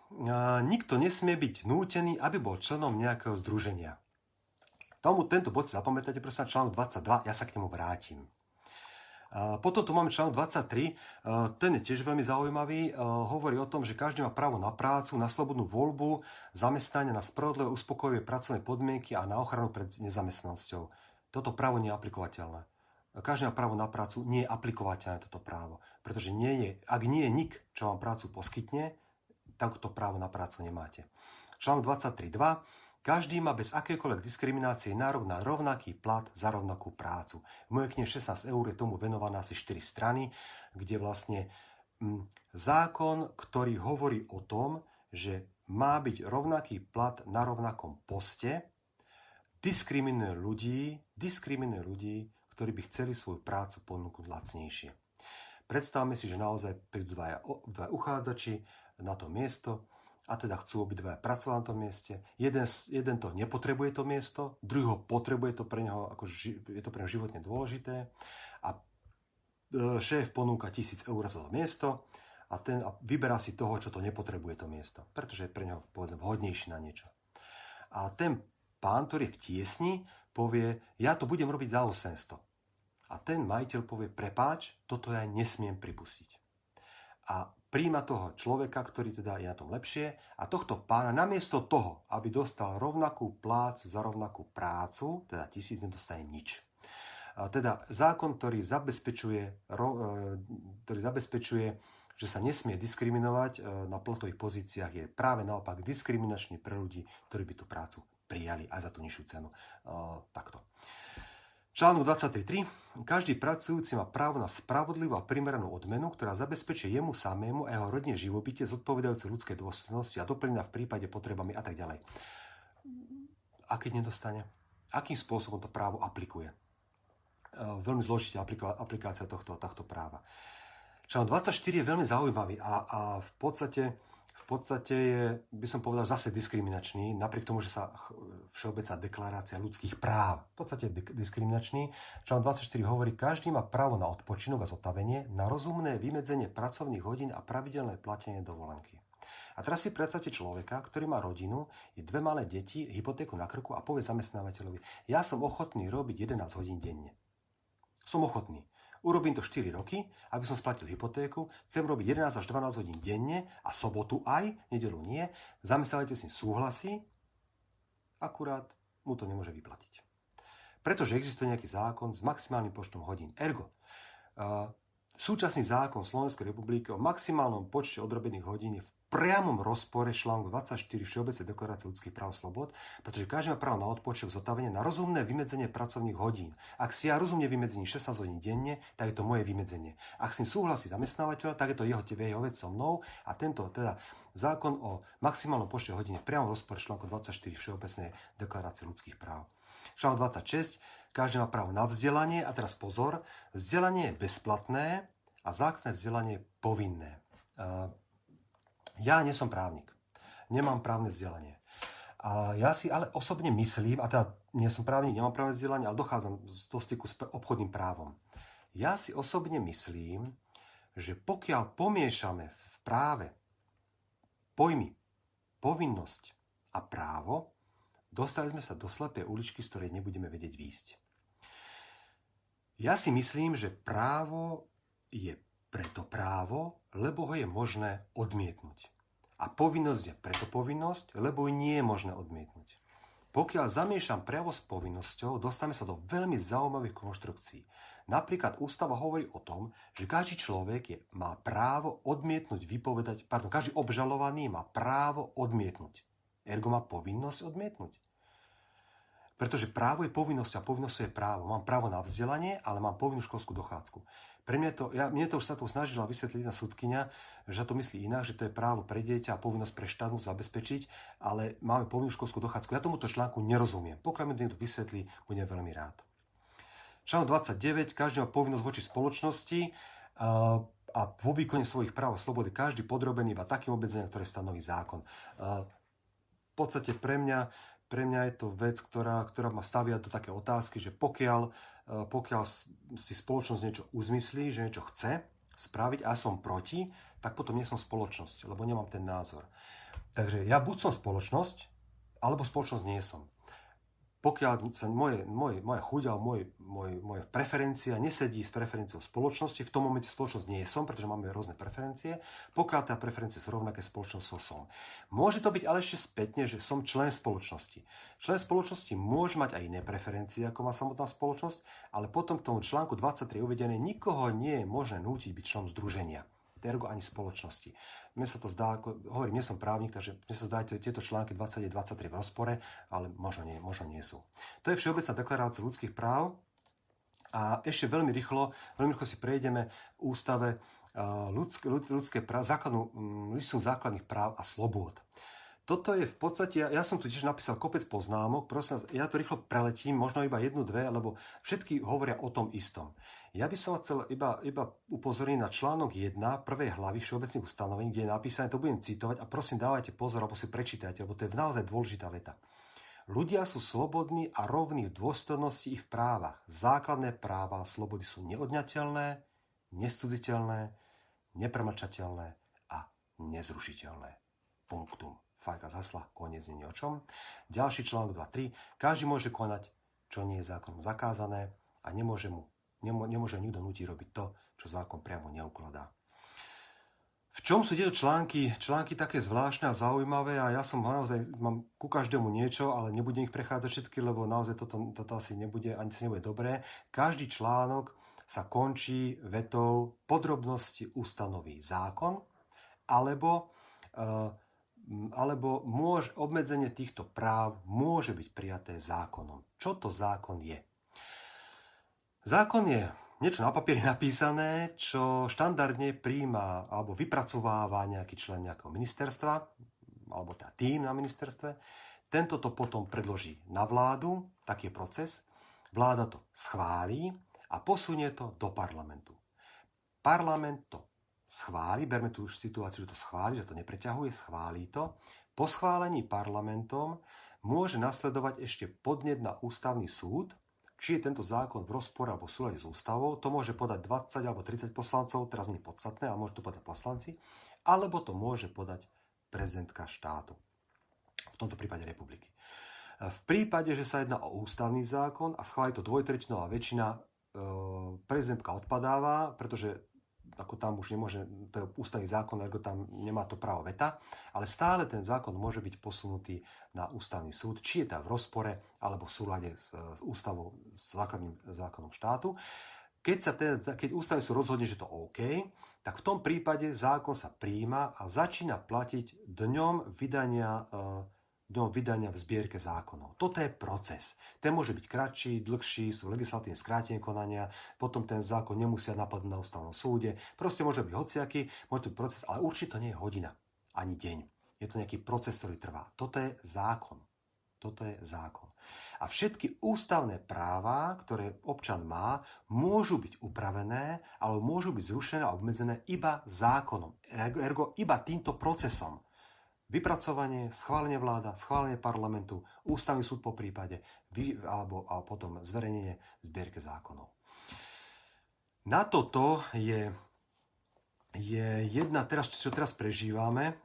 nikto nesmie byť nútený, aby bol členom nejakého združenia. Tento bod si zapamätajte, prosím, článok 22, ja sa k nemu vrátim. Potom tu máme článok 23, ten je tiež veľmi zaujímavý, hovorí o tom, že každý má právo na prácu, na slobodnú voľbu, zamestnanie, na spravodlivé uspokojivé pracovné podmienky a na ochranu pred nezamestnanosťou. Toto právo nie je aplikovateľné. Každý má právo na prácu, nie je aplikovateľné toto právo, pretože ak nie je nik, čo vám prácu poskytne, takto právo na prácu nemáte. Článok 23.2. Každý má bez akékoľvek diskriminácie nárok na rovnaký plat za rovnakú prácu. V mojej knihe 16 eur je tomu venované asi 4 strany, kde vlastne zákon, ktorý hovorí o tom, že má byť rovnaký plat na rovnakom poste, diskriminuje ľudí, ktorí by chceli svoju prácu ponúknuť lacnejšie. Predstavme si, že naozaj prídu dva uchádzači na to miesto, a teda chcú obidvaja pracovať na tom mieste. Jeden to nepotrebuje to miesto, druhý ho potrebuje, je to pre neho životne dôležité a šéf ponúka 1000 eur za to miesto a vyberá si toho, čo to nepotrebuje to miesto, pretože je pre neho, povedzme, vhodnejší na niečo. A ten pán, ktorý je v tiesni, povie, ja to budem robiť za 800. A ten majiteľ povie, prepáč, toto ja nesmiem pripustiť. A príjma toho človeka, ktorý teda je na tom lepšie a tohto pána namiesto toho, aby dostal rovnakú plácu za rovnakú prácu, teda 1000, nedostane nič. A teda zákon, ktorý zabezpečuje, že sa nesmie diskriminovať na platových pozíciách, je práve naopak diskriminačný pre ľudí, ktorí by tú prácu prijali aj za tú nižšiu cenu. Takto. Článok 23.3. Každý pracujúci má právo na spravodlivú a primeranú odmenu, ktorá zabezpečí jemu samému a jeho rodine živobytie zodpovedajúce ľudskej dôstojnosti a doplnená v prípade potrebami a tak ďalej. A keď nedostane? Akým spôsobom to právo aplikuje? Veľmi zložitá aplikácia tohto práva. Článok 24 je veľmi zaujímavý a v podstate je, by som povedal, zase diskriminačný, napriek tomu, že sa Všeobecná deklarácia ľudských práv v podstate je diskriminačný. Článok 24 hovorí, každý má právo na odpočinok a zotavenie, na rozumné vymedzenie pracovných hodín a pravidelné platenie dovolenky. A teraz si predstavte človeka, ktorý má rodinu, je 2 malé deti, hypotéku na krku a povie zamestnávateľovi, ja som ochotný robiť 11 hodín denne. Som ochotný. Urobím to 4 roky, aby som splatil hypotéku, chcem robiť 11 až 12 hodín denne a sobotu aj, nedeľu nie. Zamestnávateľ s tým súhlasí, akurát mu to nemôže vyplatiť. Pretože existuje nejaký zákon s maximálnym počtom hodín. Ergo, súčasný zákon Slovenskej republiky o maximálnom počte odrobených hodín je v priamom rozpore článku 24 Všeobecnej deklarácie ľudských práv a slobod, pretože každý má právo na odpočinok, zotavenie, na rozumné vymedzenie pracovných hodín. Ak si ja rozumne vymedzím 16 hodín denne, tak je to moje vymedzenie. Ak s tým súhlasí zamestnávateľ, tak je to jeho vec so mnou a tento teda zákon o maximálnom počte hodín je v priamom rozpore článku 24 Všeobecnej deklarácie ľudských práv. Článok 26. Každý má právo na vzdelanie a teraz pozor, vzdelanie je bezplatné a základné vzdelanie je povinné. Ja nie som právnik, nemám právne vzdelanie. A ja si ale osobne myslím, a teda nie som právnik, nemám právne vzdelanie, ale dochádzam do styku s obchodným právom. Ja si osobne myslím, že pokiaľ pomiešame v práve pojmy povinnosť a právo, dostali sme sa do slepej uličky, z ktorej nebudeme vedieť výjsť. Ja si myslím, že právo je preto právo, lebo ho je možné odmietnúť. A povinnosť je preto povinnosť, lebo ju nie je možné odmietnúť. Pokiaľ zamiešam právo s povinnosťou, dostaneme sa do veľmi zaujímavých konštrukcií. Napríklad ústava hovorí o tom, že každý človek má právo odmietnúť každý obžalovaný má právo odmietnúť. Ergo má povinnosť odmietnúť. Pretože právo je povinnosť a povinnosť je právo. Mám právo na vzdelanie, ale mám povinnú školskú dochádzku. Mne to už sa to snažila vysvetliť jedna súdkyňa, že sa to myslí inak, že to je právo pre dieťa a povinnosť pre štát zabezpečiť, ale máme povinnú školskú dochádzku. Ja tomuto článku nerozumiem. Pokiaľ mi to vysvetlí, budem veľmi rád. Článok 29. Každý má povinnosť voči spoločnosti a vo výkone svojich práv a slobody každý podrobený iba takým obmedzeniam, ktoré stanoví zákon. V podstate pre mňa je to vec, ktorá ma stavia do také otázky, že pokiaľ si spoločnosť niečo uzmyslí, že niečo chce spraviť a ja som proti, tak potom nie som spoločnosť, lebo nemám ten názor. Takže ja buď som spoločnosť, alebo spoločnosť nie som. Pokiaľ sa moja chuť alebo moje preferencia nesedí s preferenciou spoločnosti, v tom momente spoločnosť nie som, pretože máme rôzne preferencie. Pokiaľ tá preferencie sú rovnaké, spoločnosťou som. Môže to byť ale ešte spätne, že som člen spoločnosti. Člen spoločnosti môže mať aj iné preferencie, ako má samotná spoločnosť, ale potom k tomu článku 23 uvedené, nikoho nie je možné nútiť byť členom združenia. Ergo ani spoločnosti. Mne sa to zdá, hovorím, nie som právnik, takže mne sa zdá tieto články 20 a 23 v rozpore, ale možno nie sú. To je Všeobecná deklarácia ľudských práv a ešte veľmi rýchlo si prejdeme v ústave ľudské práva, listinu základných práv a slobôd. Toto je v podstate, ja som tu tiež napísal kopec poznámok, prosím vás, ja to rýchlo preletím, možno iba jednu, dve, lebo všetky hovoria o tom istom. Ja by som chcel iba upozorniť na článok 1 prvej hlavy Všeobecných ustanovení, kde je napísané, to budem citovať a prosím dávajte pozor, alebo si prečítajte, lebo to je naozaj dôležitá veta. Ľudia sú slobodní a rovní v dôstojnosti i v právach. Základné práva a slobody sú neodňateľné, nescudziteľné, nepremlčateľné a nezrušiteľné. Punktum. Fajka zasla, koniec nie o čom. Ďalší článok 2.3. Každý môže konať, čo nie je zákonom zakázané a nemôže nikto nútiť robiť to, čo zákon priamo neukladá. V čom sú tieto články také zvláštne a zaujímavé a ja som naozaj, mám ku každému niečo, ale nebudem ich prechádzať všetky, lebo naozaj toto asi nebude, ani sa nebude dobré. Každý článok sa končí vetou podrobnosti ustanoví zákon, alebo obmedzenie týchto práv môže byť prijaté zákonom. Čo to zákon je? Zákon je niečo na papieri napísané, čo štandardne prijíma alebo vypracováva nejaký člen nejakého ministerstva, alebo teda tým na ministerstve. Tento to potom predloží na vládu, taký je proces. Vláda to schválí a posunie to do parlamentu. Parlament to schváli, berme tu už situáciu, že to schváli, že to nepreťahuje, schválí to. Po schválení parlamentom môže nasledovať ešte podnet na ústavný súd, či je tento zákon v rozpore alebo v súlade s ústavou. To môže podať 20 alebo 30 poslancov, teraz nie je podstatné, ale môže to podať poslanci, alebo to môže podať prezidentka štátu, v tomto prípade republiky. V prípade, že sa jedná o ústavný zákon a schváli to dvojtretinová väčšina, prezidentka odpadáva, pretože ako tam už nemôže, to je ústavný zákon, ergo tam nemá to právo veta, ale stále ten zákon môže byť posunutý na ústavný súd, či je tam v rozpore alebo v súlade s ústavou, s základným zákonom štátu. Keď ústavný súd rozhodne, že to OK, tak v tom prípade zákon sa prijíma a začína platiť dňom vydania v zbierke zákonov. Toto je proces. Ten môže byť kratší, dlhší, sú legislatívne skrátenie konania, potom ten zákon nemusia napadnúť na ústavnom súde. Proste môže byť hociaký, môže to byť proces, ale určite to nie je hodina, ani deň. Je to nejaký proces, ktorý trvá. Toto je zákon. A všetky ústavné práva, ktoré občan má, môžu byť upravené, alebo môžu byť zrušené a obmedzené iba zákonom. Ergo iba týmto procesom. Vypracovanie, schválenie vláda, schválenie parlamentu, ústavný súd po prípade, alebo potom zverejnenie v zbierke zákonov. Na toto je jedna, čo teraz prežívame,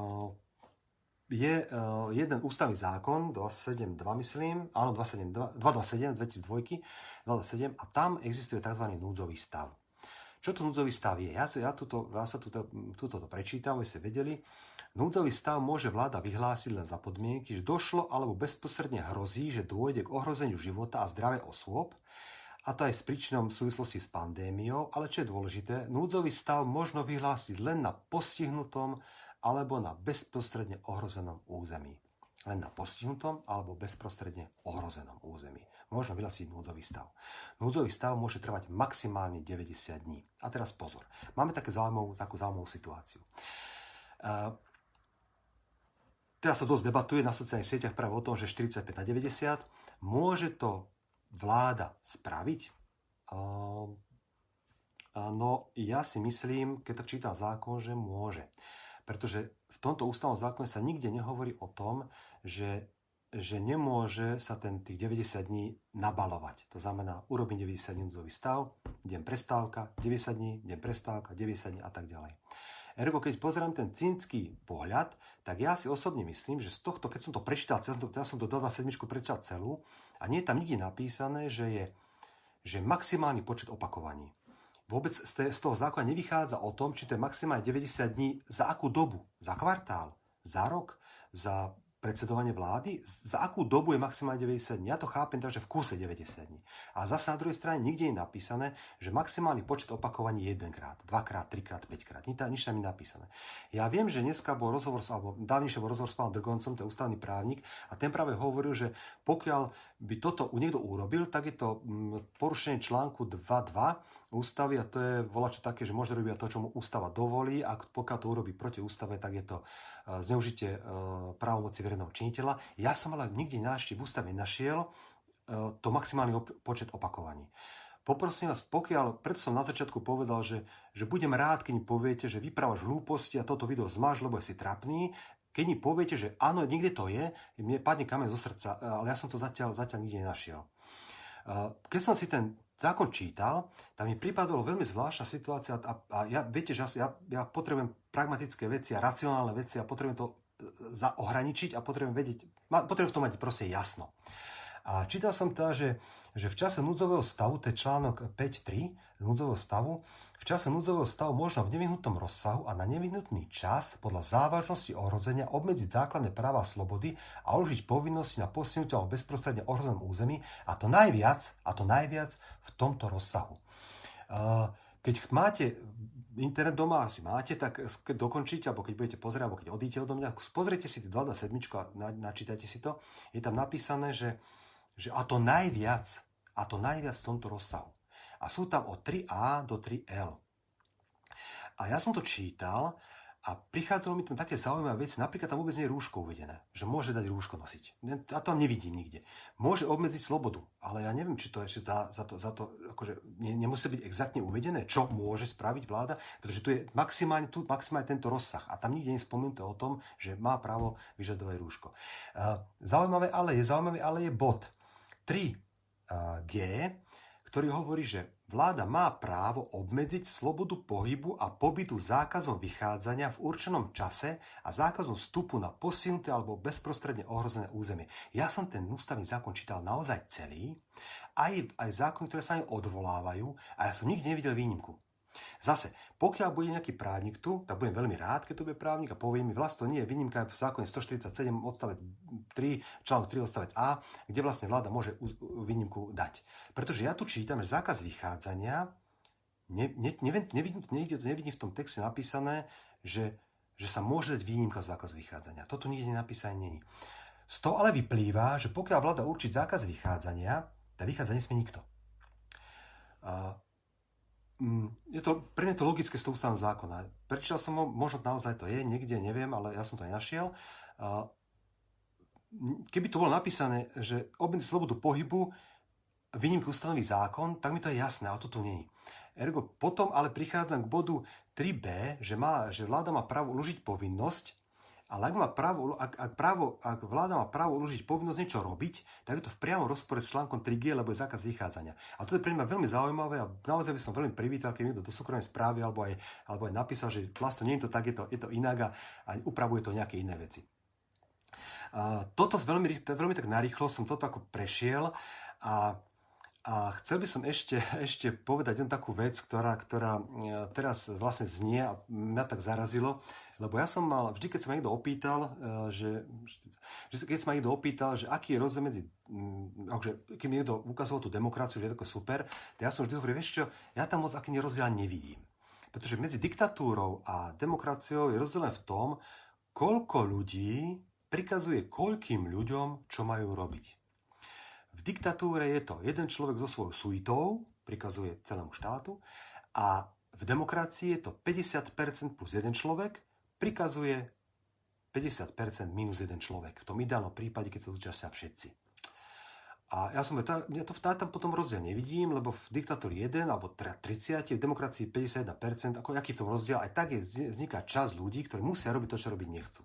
je jeden ústavný zákon, 272 myslím, áno, 227, 2002, 27, a tam existuje tzv. Núdzový stav. Čo to núdzový stav je? Ja tuto prečítam, aby ste vedeli. Núdzový stav môže vláda vyhlásiť len za podmienky, že došlo alebo bezprostredne hrozí, že dôjde k ohrozeniu života a zdravia osôb, a to aj s príčinou v súvislosti s pandémiou, ale čo je dôležité, núdzový stav možno vyhlásiť len na postihnutom alebo na bezprostredne ohrozenom území. Len na postihnutom alebo bezprostredne ohrozenom území. Možno vyhlásiť núdzový stav. Núdzový stav môže trvať maximálne 90 dní. A teraz pozor. Máme takú zaujímavú situáciu. Teraz sa dosť debatuje na sociálnych sieťach práve o tom, že 45 na 90. Môže to vláda spraviť? No ja si myslím, keď tak čítam zákon, že môže. Pretože v tomto ústavnom zákone sa nikde nehovorí o tom, že nemôže sa tých 90 dní nabalovať. To znamená, urobím 90 dní núdzový stav, deň prestávka, 90 dní, deň prestávka, 90 dní a tak ďalej. Ergo, keď pozerám ten cynický pohľad, tak ja si osobne myslím, že z tohto, keď som to prečítal, ja som to 27 prečítal celú a nie je tam nikde napísané, že maximálny počet opakovaní. Vôbec z toho zákona nevychádza o tom, či to je maximálne 90 dní, za akú dobu? Za kvartál? Za rok? Za predsedovanie vlády? Za akú dobu je maximálne 90 dní? Ja to chápem tak, že v kúse 90 dní. A zase na druhej strane nikde je napísané, že maximálny počet opakovaní je 1-krát, 2-krát, 3-krát, 5-krát. Nič tam je napísané. Ja viem, že dneska bol rozhovor, alebo dávnejšie bol rozhovor s pánom Drgoncom, to je ústavný právnik, a ten práve hovoril, že pokiaľ by toto niekto urobil, tak je to porušenie článku 2.2 ústavy a to je volačo také, že môže robiť to, čo mu ústava dovolí a pokiaľ to urobí proti ústave, tak je to zneužitie právomoci verejného činiteľa. Ja som ale nikde v ústave našiel to maximálny počet opakovaní. Poprosím vás, preto som na začiatku povedal, že budem rád, keď mi poviete, že vyprávaš hlúposti a toto video zmáš, lebo je si trapný. Keď mi poviete, že áno, niekde to je, mne padne kameň zo srdca, ale ja som to zatiaľ nikde nenašiel. Keď som si ten zákon čítal, tam mi pripadalo veľmi zvláštna situácia a viete, že ja potrebujem pragmatické veci a racionálne veci a potrebujem to ohraničiť a potrebujem v tom mať proste jasno. A čítal som teda, že v čase núdzového stavu, to je článok 5.3 núdzového stavu, v čase núdzového stavu možno v nevyhnutnom rozsahu a na nevyhnutný čas podľa závažnosti ohrozenia obmedziť základné práva a slobody a uložiť povinnosti na postihnutí alebo bezprostredne ohrozenom území a to najviac v tomto rozsahu. Keď máte internet doma, asi máte, tak keď dokončíte, alebo keď budete pozerať, alebo keď odíte odo mňa, pozrite si 227 a načítajte si to. Je tam napísané, že a to najviac v tomto rozsahu. A sú tam od 3a do 3l. A ja som to čítal a prichádzalo mi tam také zaujímavé veci. Napríklad tam vôbec nie je rúško uvedené, že môže dať rúško nosiť. Ja to nevidím nikde. Môže obmedziť slobodu, ale ja neviem, či to ešte za to akože nemusí byť exaktne uvedené, čo môže spraviť vláda, pretože tu je maximálne tento rozsah a tam nikde nie je spomenuté o tom, že má právo vyžadovať rúško. Zaujímavé ale je bod 3G, ktorý hovorí, že vláda má právo obmedziť slobodu pohybu a pobytu zákazom vychádzania v určenom čase a zákazom vstupu na postihnuté alebo bezprostredne ohrozené územie. Ja som ten ústavný zákon čítal naozaj celý, aj zákony, ktoré sa aj odvolávajú a ja som nikdy nevidel výnimku. Zase, pokiaľ bude nejaký právnik tu, tak budem veľmi rád, keď tu bude právnik a povie mi, vlastne to nie je výnimka v zákone 147 odstavec 3, článok 3 odstavec A, kde vlastne vláda môže výnimku dať. Pretože ja tu čítam, že zákaz vychádzania, nevidím v tom texte napísané, že sa môže dať výnimka z zákazu vychádzania. Toto nikde napísané není. Z toho ale vyplýva, že pokiaľ vláda určí zákaz vychádzania, tak vychádzať nesmie nikto. Pre mňa to logické z toho ústavného zákona. Prečítal som ho, možno naozaj to je, niekde neviem, ale ja som to nenašiel. Keby to bolo napísané, že obmedziť slobodu pohybu výnimku ustanoví zákon, tak mi to je jasné, ale to tu nie je. Ergo potom ale prichádzam k bodu 3b, že vláda má právo uložiť povinnosť, ale ak vláda má právo uložiť povinnosť niečo robiť, tak je to v priamom rozpore s článkom 3G, lebo je zákaz vychádzania. A to je pre mňa veľmi zaujímavé a naozaj by som veľmi privítal, keď niekto do súkromnej správy alebo aj napísal, že vlastne nie je to tak, je to inak a upravuje to nejaké iné veci. Toto veľmi tak narýchlo som toto ako prešiel a chcel by som ešte povedať jednu takú vec, ktorá teraz vlastne znie a mňa tak zarazilo, lebo ja som mal, vždy keď sa ma niekto opýtal, že aký je rozdiel medzi, keď mi niekto ukazoval tú demokraciu, že je to super, tak ja som vždy hovoril, vieš čo, ja tam moc aký rozdiel nevidím. Pretože medzi diktatúrou a demokraciou je rozdiel v tom, koľko ľudí prikazuje koľkým ľuďom, čo majú robiť. V diktatúre je to jeden človek so svojou suitou, prikazuje celému štátu, a v demokracii je to 50% plus jeden človek, prikazuje 50% minus jeden človek. V tom ideálnom prípade, keď sa zúčastnia všetci. A ja tam potom rozdiel nevidím, lebo v diktatúre 1 alebo 30, v demokracii 51%, ako aký v tom rozdiel, aj tak vzniká časť ľudí, ktorí musia robiť to, čo robiť nechcú.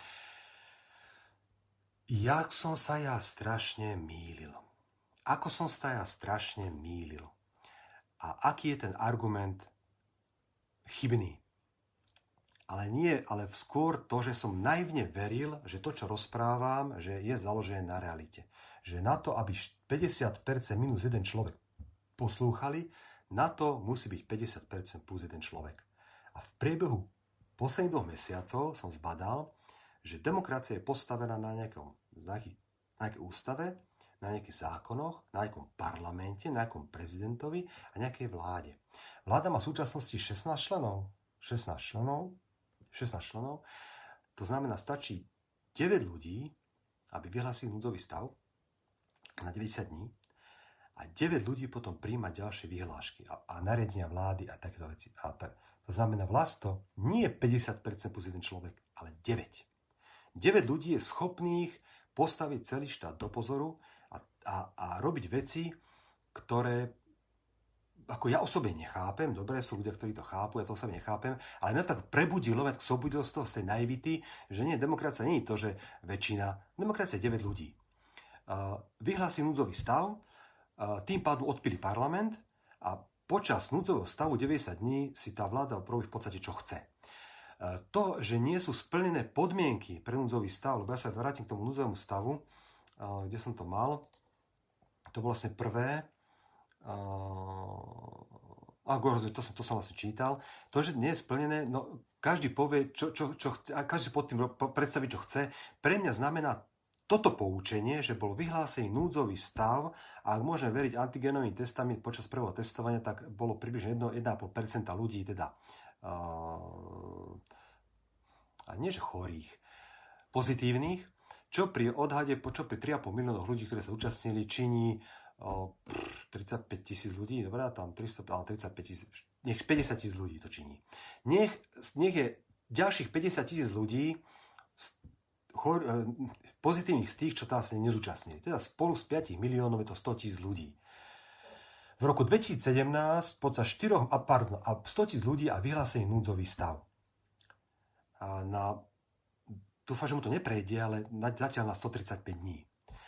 Jak som sa ja strašne mýlil. Ako som sa ja strašne mýlil. A aký je ten argument chybný. ale skôr to, že som naivne veril, že to, čo rozprávam, že je založené na realite. Že na to, aby 50% minus jeden človek poslúchali, na to musí byť 50% plus jeden človek. A v priebehu posledných 2 mesiacov som zbadal, že demokracia je postavená na nejakej ústave, na nejakých zákonoch, na nejakom parlamente, na nejakom prezidentovi a nejakej vláde. Vláda má v súčasnosti 16 členov. 16 členov. To znamená, stačí 9 ľudí, aby vyhlásili núdzový stav na 90 dní a 9 ľudí potom príjma ďalšie vyhlášky a nariadenia vlády a takéto veci. To znamená, vlasto nie je 50% plus jeden človek, ale 9. 9 ľudí je schopných postaviť celý štát do pozoru a robiť veci, ktoré ako ja osobne nechápem, dobre, sú ľudia, ktorí to chápu, ja to osobne nechápem, ale mňa tak prebudilo, tak sobudilo z tej naivity, že nie, demokracia nie je to, že väčšina, demokracia je 9 ľudí. Vyhlási núdzový stav, tým pádom odpili parlament a počas núdzového stavu 90 dní si tá vláda robí v podstate, čo chce. To, že nie sú splnené podmienky pre núdzový stav, lebo ja sa vrátim k tomu núdzovému stavu, kde som to mal, to bolo vlastne prvé, to som vlastne čítal. To, že nie je splnené, no každý povie, čo chce, a každý pod tým predstaví, čo chce. Pre mňa znamená toto poučenie, že bol vyhlásený núdzový stav a ak môžeme veriť antigenovým testami počas prvého testovania, tak bolo približne 1,5% ľudí, teda a nie že chorých, pozitívnych, čo pri odhade, čo pri 3,5 miliónoch ľudí, ktorí sa účastnili, činí 35 000 ľudí, dobrá, tam 35 000, nech 50 000 ľudí to činí. Nech je ďalších 50 000 ľudí pozitívnych z tých, čo tam sa nezúčastnili. Teda spolu s 5 miliónov je to 100 000 ľudí. V roku 2017 počas 100 000 ľudí a vyhlásený núdzový stav. Dúfam, že mu to neprejde, ale zatiaľ na 135 dní.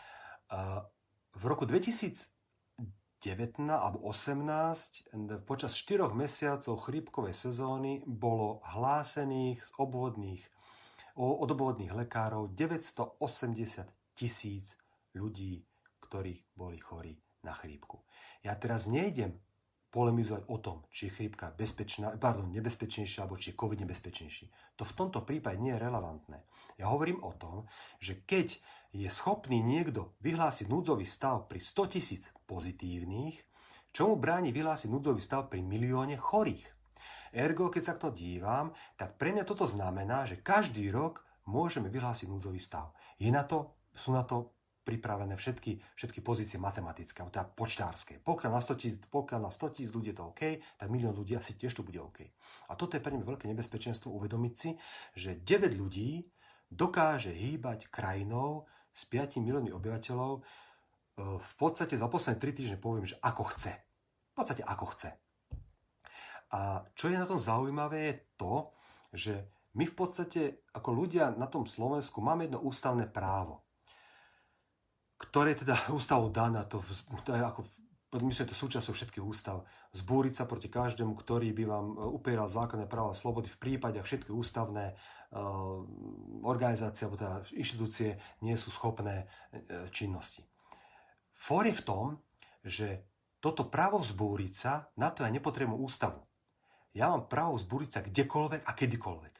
V roku 2019 alebo 2018 počas 4 mesiacov chrípkovej sezóny bolo hlásených od obvodných lekárov 980 000 ľudí, ktorí boli chorí na chrípku. Ja teraz nejdem polemizovať o tom, či je chrípka nebezpečnejšia, alebo či je COVID nebezpečnejší. To v tomto prípade nie je relevantné. Ja hovorím o tom, že keď je schopný niekto vyhlásiť núdzový stav pri 100 000 pozitívnych, čo mu bráni vyhlásiť núdzový stav pri milióne chorých? Ergo, keď sa to dívam, tak pre mňa toto znamená, že každý rok môžeme vyhlásiť núdzový stav. Sú na to pripravené všetky pozície matematické, teda počtárske. Pokiaľ na 100 000 ľudí je to OK, tak milión ľudí asi tiež to bude OK. A toto je pre mňa veľké nebezpečenstvo uvedomiť si, že 9 ľudí dokáže hýbať krajinou s 5 miliónmi obyvateľov v podstate za posledné 3 týždne poviem, že ako chce. V podstate ako chce. A čo je na tom zaujímavé je to, že my v podstate ako ľudia na tom Slovensku máme jedno ústavné právo, ktoré je teda ústavou daná, to je ako, myslím, to súčasťou všetkých ústav, zbúriť sa proti každému, ktorý by vám upieral základné práva a slobody v prípade, ak všetky ústavné organizácie alebo teda inštitúcie nie sú schopné činnosti. Fór je v tom, že toto právo vzbúriť sa, na to ja nepotrebujem ústavu. Ja mám právo vzbúriť sa kdekoľvek a kedykoľvek.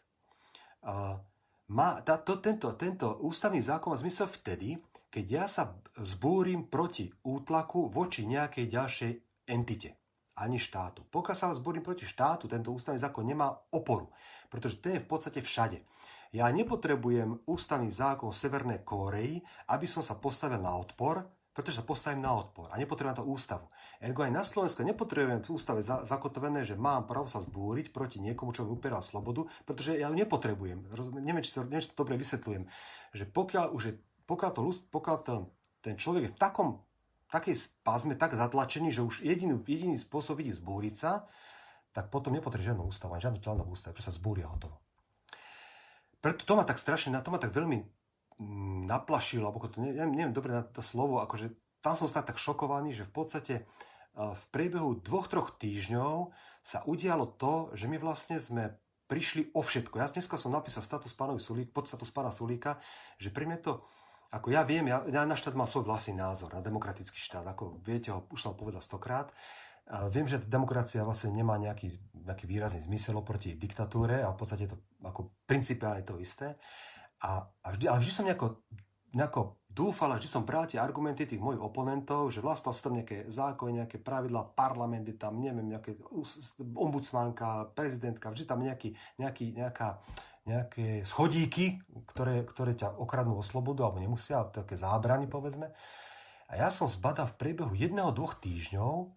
Tento ústavný zákon má zmysel vtedy, keď ja sa vzbúrim proti útlaku voči nejakej ďalšej entite, ani štátu. Pokiaľ sa vzbúrim proti štátu, tento ústavný zákon nemá oporu, pretože ten je v podstate všade. Ja nepotrebujem ústavný zákon v Severnej Kórei, aby som sa postavil na odpor, pretože sa postavím na odpor a nepotrebujem to ústavu. Ergo aj na Slovensku nepotrebujem v ústave zakotvené, že mám právo sa vzbúriť proti niekomu, čo mi upieral slobodu, pretože ja ju nepotrebujem. Neviem, či to dobre vysvetľujem. Že pokiaľ ten človek je v takej spazme, tak zatlačený, že už jediný spôsob vidí vzbúriť sa, tak potom nepotrebuje žiadnu ústavu, ani žiadnu článok ústavy, pretože sa vzbúria hotovo. Preto to ma tak veľmi naplašilo, alebo to neviem dobre na to slovo, akože tam som tak šokovaný, že v podstate v priebehu 2-3 týždňov sa udialo to, že my vlastne sme prišli o všetko. Ja dneska som napísal podstatus pána Sulíka, že pre mňa to, ako ja viem, ja na štát mám svoj vlastný názor, na demokratický štát, ako viete, už som povedal 100-krát. Viem, že demokracia vlastne nemá nejaký výrazný zmysel oproti diktatúre a v podstate je to ako principiálne to isté. Ale vždy som nejako dúfal, vždy som bral tie argumenty tých mojich oponentov, že vlastne sú tam nejaké zákony, nejaké pravidlá, parlamenty tam, neviem, nejaké ombudsmanka, prezidentka, vždy tam nejaké schodíky, ktoré ťa okradnú o slobodu, alebo nemusia, také zábrany, povedzme. A ja som zbadal v priebehu 1-2 týždňov,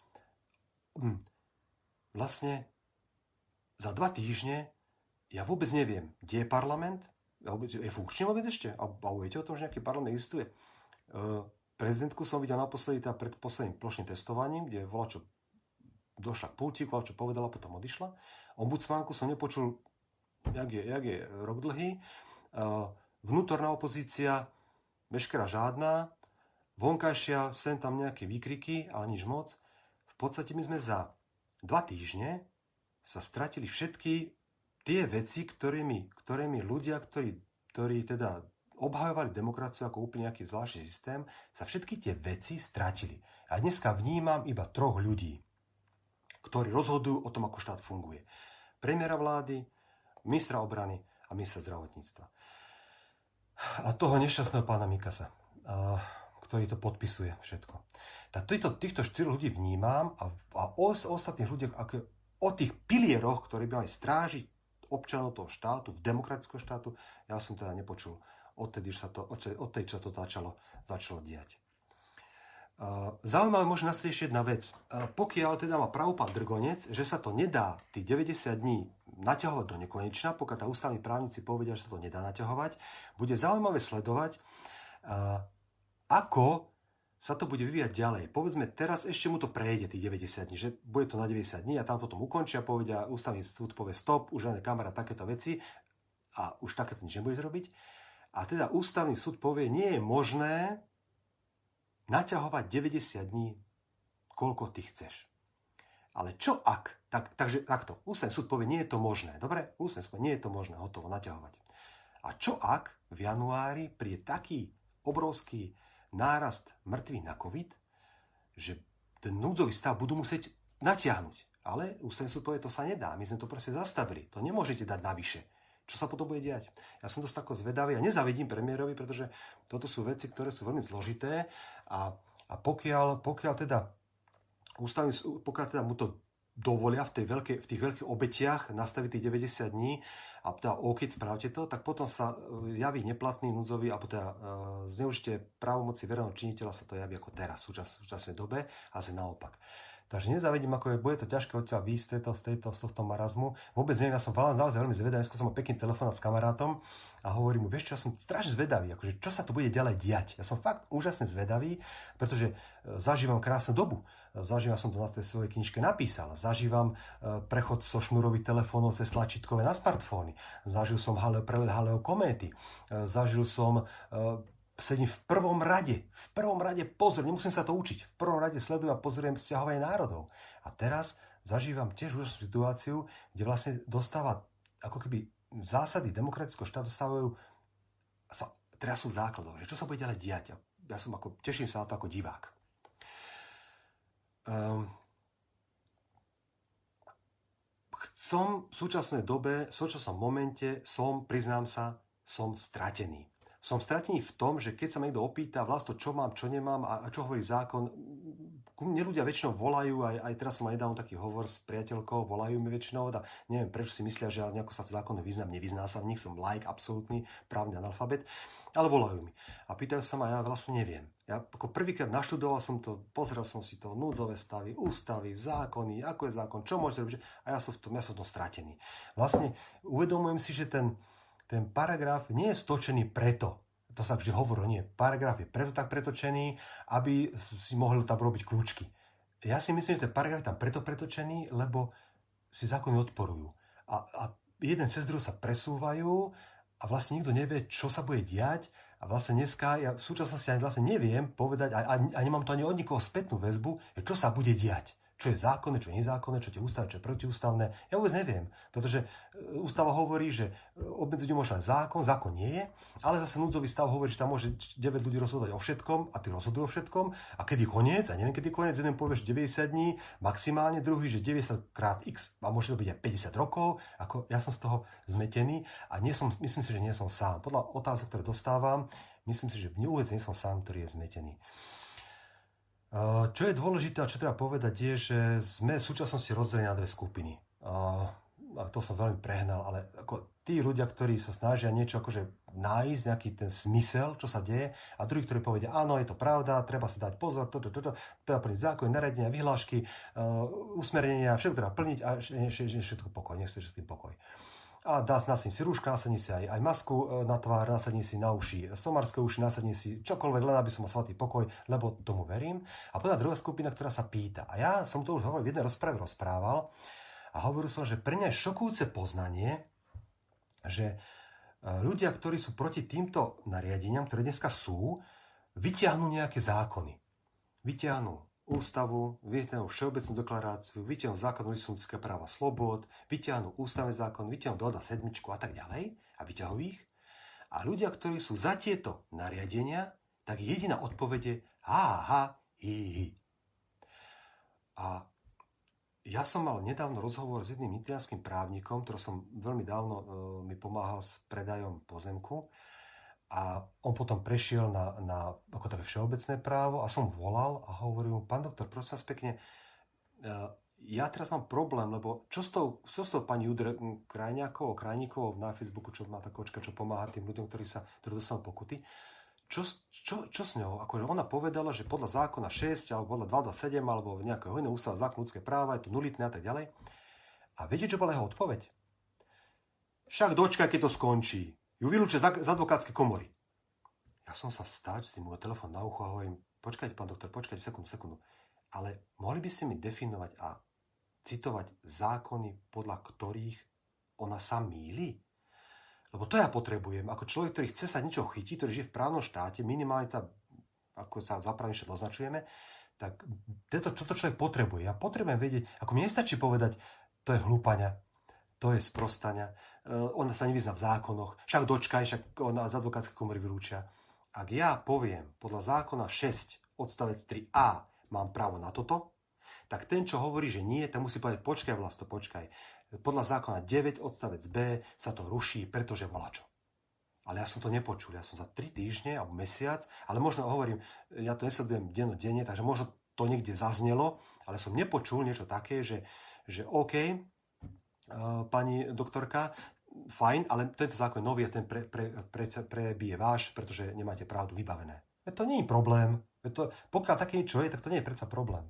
vlastne za 2 týždne ja vôbec neviem, kde je parlament, je funkčný vôbec ešte? A viete o tom, že nejaký parlament existuje? Prezidentku som videl naposledy pred posledným plošným testovaním, kde došla k pultíku, čo povedala, potom odišla. Ombudsmanku som nepočul, jak je rok dlhý. Vnútorná opozícia, veškerá žádna. Vonkajšia, sem tam nejaké výkriky, ale nič moc. V podstate my sme za 2 týždne sa stratili všetky tie veci, ktorými ľudia, ktorí teda obhajovali demokraciu ako úplne nejaký zvláštny systém, sa všetky tie veci stratili. A dneska vnímam iba 3 ľudí, ktorí rozhodujú o tom, ako štát funguje. Premiéra vlády, ministra obrany a ministra zdravotníctva. A toho nešťastného pána Mikasa, ktorý to podpisuje všetko. Tak týchto 4 ľudí vnímam a o ostatných ľuďoch, o tých pilieroch, ktorí by mali strážiť občanov toho štátu, v demokratického štátu, ja som teda nepočul odtedy, čo to začalo diať. Zaujímavé môže nasledovať ešte jedna vec. Pokiaľ teda má pravú pán Drgonec, že sa to nedá tých 90 dní naťahovať do nekonečna, pokiaľ tá ústavní právnici povedia, že sa to nedá naťahovať, bude zaujímavé sledovať, ako sa to bude vyvíjať ďalej. Povedzme, teraz ešte mu to prejde tých 90 dní, že bude to na 90 dní a tam potom ukončia, povedia, ústavný súd povie stop, už len kamera takéto veci a už takéto nič nebude robiť. A teda ústavný súd povie, nie je možné naťahovať 90 dní, koľko ty chceš. Ale čo ak? Takže takto. Ústavný súd povie, nie je to možné. Dobre? Ústavný súd povie, nie je to možné, hotovo, naťahovať. A čo ak v januári príde taký obrovský nárast mŕtvych na COVID, že ten núdzový stav budú musieť natiahnuť. Ale ústavný súd povie, to sa nedá. My sme to proste zastavili. To nemôžete dať navyše. Čo sa potom bude diať? Ja som dosť tako zvedavý a nezavidím premiérovi, pretože toto sú veci, ktoré sú veľmi zložité a pokiaľ teda mu to dovolia v tých veľkých obetiach nastaviť tých 90 dní a teda OK, spravte to, tak potom sa javí neplatný núdzový, alebo teda zneužite právomoci verejného činiteľa sa to javí ako teraz, v súčasnej dobe, a zase naopak. Takže nezavedím, ako bude to ťažké odtiaľ výjsť z tohto marazmu. Vôbec neviem, ja som naozaj veľmi zvedavý. Dneska som mal pekný telefonát s kamarátom a hovorím mu, vieš čo, ja som strašne zvedavý, akože čo sa tu bude ďalej diať. Ja som fakt úžasne zvedavý, pretože zažívam krásnu dobu. Zažívam, som to na tej svojej knižke napísal. Zažívam prechod so šnúrových telefónov cez tlačítkové na smartfóny. Zažil som prelet Halleyho kométy. Zažil som sedím v prvom rade pozorujem, nemusím sa to učiť, v prvom rade sledujem a pozorujem sťahovanie národov. A teraz zažívam tiež úžasnú situáciu, kde vlastne dostáva, ako keby zásady demokratického štátu teraz sú základov, že čo sa bude ďalej diať. Ja som teším sa na to ako divák. V súčasnej dobe, v súčasnom momente priznám sa, som stratený. Som stratený v tom, že keď sa ma niekto opýta vlastne čo mám, čo nemám a čo hovorí zákon, mne ľudia väčšinou volajú, aj teraz som mal nedávno taký hovor s priateľkou, volajú mi väčšinou, a neviem, prečo si myslia, že ja nejako sa v zákone vyznám, nevyzná sa v nich, som laik, absolútny právny analfabet, ale volajú mi. A pýtajú sa ma, ja vlastne neviem. Ja ako prvýkrát naštudoval som to, pozrel som si to, núdzové stavy, ústavy, zákony, ako je zákon, čo môžete robiť, a ja som v tom stratený. Vlastne uvedomujem si, že ten paragraf nie je stočený preto, to sa vždy hovorí, nie, paragraf je preto tak pretočený, aby si mohli tam robiť kľúčky. Ja si myslím, že ten paragraf je tam preto pretočený, lebo si zákony odporujú. A jeden cez druhý sa presúvajú a vlastne nikto nevie, čo sa bude diať. A vlastne dneska, ja v súčasnosti ani vlastne neviem povedať, a nemám to ani od nikoho spätnú väzbu, čo sa bude diať. čo je zákonné, čo je nezákonné, čo je ústavné, čo je protiústavné. Ja vôbec neviem, pretože ústava hovorí, že obmedziť môže len zákon nie je, ale zase núdzový stav hovorí, že tam môže 9 ľudí rozhodovať o všetkom a ty rozhodujú o všetkom a kedy je koniec, a neviem kedy je koniec, jeden povie, že 90 dní, maximálne druhý, že 90 krát x a môže to byť aj 50 rokov, ako ja som z toho zmetený a myslím si, že nie som sám. Podľa otázok, ktoré dostávam, myslím si, že vôbec nie som sám, ktorý je zmetený. Čo je dôležité a čo treba povedať je, že sme v súčasnosti rozdelení na dve skupiny. A to som veľmi prehnal, ale ako tí ľudia, ktorí sa snažia niečo akože nájsť, nejaký ten smysel, čo sa deje, a druhí, ktorí povedia, áno, je to pravda, treba si dať pozor, treba plniť zákony, nariadenia, vyhlášky, usmernenia, všetko treba plniť a všetko pokoj, nech sa všetkým pokoj. A nasadni si rúška, nasadni si aj masku na tvár, nasadni si na uši somárske uši, nasadni si čokoľvek, len aby som mal svatý pokoj, lebo tomu verím. A potom druhá skupina, ktorá sa pýta. A ja som to už v jednej rozprave rozprával a hovoril som, že pre mňa je šokujúce poznanie, že ľudia, ktorí sú proti týmto nariadeniam, ktoré dneska sú, vyťahnú nejaké zákony. Vyťahnú ústavu, vyťahnú všeobecnú deklaráciu, vyťahnú zákon o ľudské práva slobod, vyťahnú ústavný zákon, vyťahnú dohoda 7 a tak ďalej a vyťahujú ich. A ľudia, ktorí sú za tieto nariadenia, tak jediná odpoveď je hi. A ja som mal nedávno rozhovor s jedným nitrianským právnikom, ktorý som veľmi dávno mi pomáhal s predajom pozemku. A on potom prešiel na ako také všeobecné právo a som volal a hovoril mu, pán doktor, prosím vás pekne, ja teraz mám problém, lebo čo s tou pani Judre Krajníkovou na Facebooku, čo má tá kočka, čo pomáha tým ľuďom, ktorí dostanú pokuty, čo s ňou? Akože ona povedala, že podľa zákona 6 alebo podľa 227 alebo nejakého iného ústava zákon ľudské práva je to nulitné a tak ďalej. A viete, čo bola jeho odpoveď? Však dočkaj, keď to skončí. Ju vylúčia z advokátskej komory. Ja som sa stáč s tým môj telefón na ucho a hovorím, počkajte, pán doktor, počkajte, sekundu. Ale mohli by ste mi definovať a citovať zákony, podľa ktorých ona sa mýli? Lebo to ja potrebujem. Ako človek, ktorý chce sa niečo chytiť, ktorý žije v právnom štáte, minimálne ako sa za právny štát označujeme, tak toto človek potrebuje. Ja potrebujem vedieť, ako mi nestačí povedať, to je hlúpaňa, to je sprostania, ona sa nevyzná v zákonoch, však dočkaj, však ona z advokátskej komory vylúčia. Ak ja poviem podľa zákona 6 odstavec 3a mám právo na toto, tak ten, čo hovorí, že nie, ten musí povedať počkaj Vlasto, počkaj. Podľa zákona 9 odstavec b sa to ruší, pretože volačo. Ale ja som to nepočul, ja som za 3 týždne alebo mesiac, ale možno hovorím, ja to nesledujem dennodenne, takže možno to niekde zaznelo, ale som nepočul niečo také, že OK, pani doktorka, fajn, ale tento zákon je nový a ten prebije váš, pretože nemáte pravdu vybavené. To nie je problém. Pokiaľ také niečo je, tak to nie je predsa problém.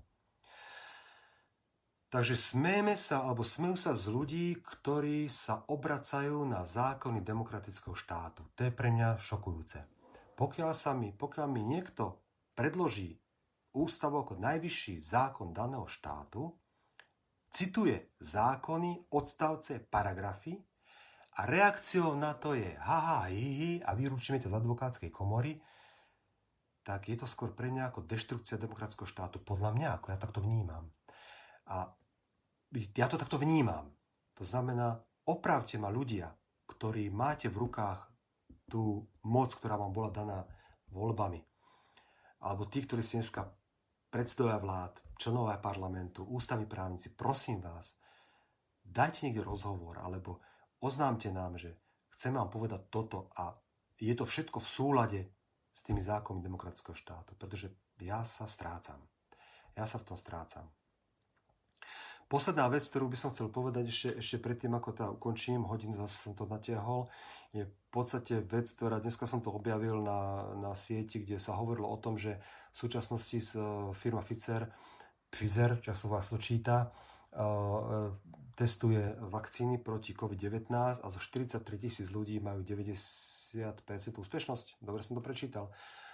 Takže smejú sa z ľudí, ktorí sa obracajú na zákony demokratického štátu. To je pre mňa šokujúce. Pokiaľ mi niekto predloží ústavu ako najvyšší zákon daného štátu, cituje zákony, odstavce, paragrafy a reakciou na to je hi a vyrúčime to z advokátskej komory, tak je to skôr pre mňa ako deštrukcia demokratického štátu. Podľa mňa, ako ja takto vnímam. A ja to takto vnímam. To znamená, opravte ma ľudia, ktorí máte v rukách tú moc, ktorá vám bola daná voľbami. Alebo tí, ktorí si dneska predsedovia vlád, členovia parlamentu, ústavní právnici, prosím vás, dajte niekde rozhovor, alebo oznámte nám, že chceme vám povedať toto a je to všetko v súlade s tými zákonmi demokratického štátu, pretože ja sa strácam. Ja sa v tom strácam. Posledná vec, ktorú by som chcel povedať ešte predtým, ako to ukončím, hodinu zase som to natiahol, je v podstate vec, ktorá dneska som to objavil na sieti, kde sa hovorilo o tom, že v súčasnosti firma Pfizer, čo sa vás to číta, testuje vakcíny proti COVID-19 a zo 43 000 ľudí majú 90% úspešnosť. Dobre som to prečítal.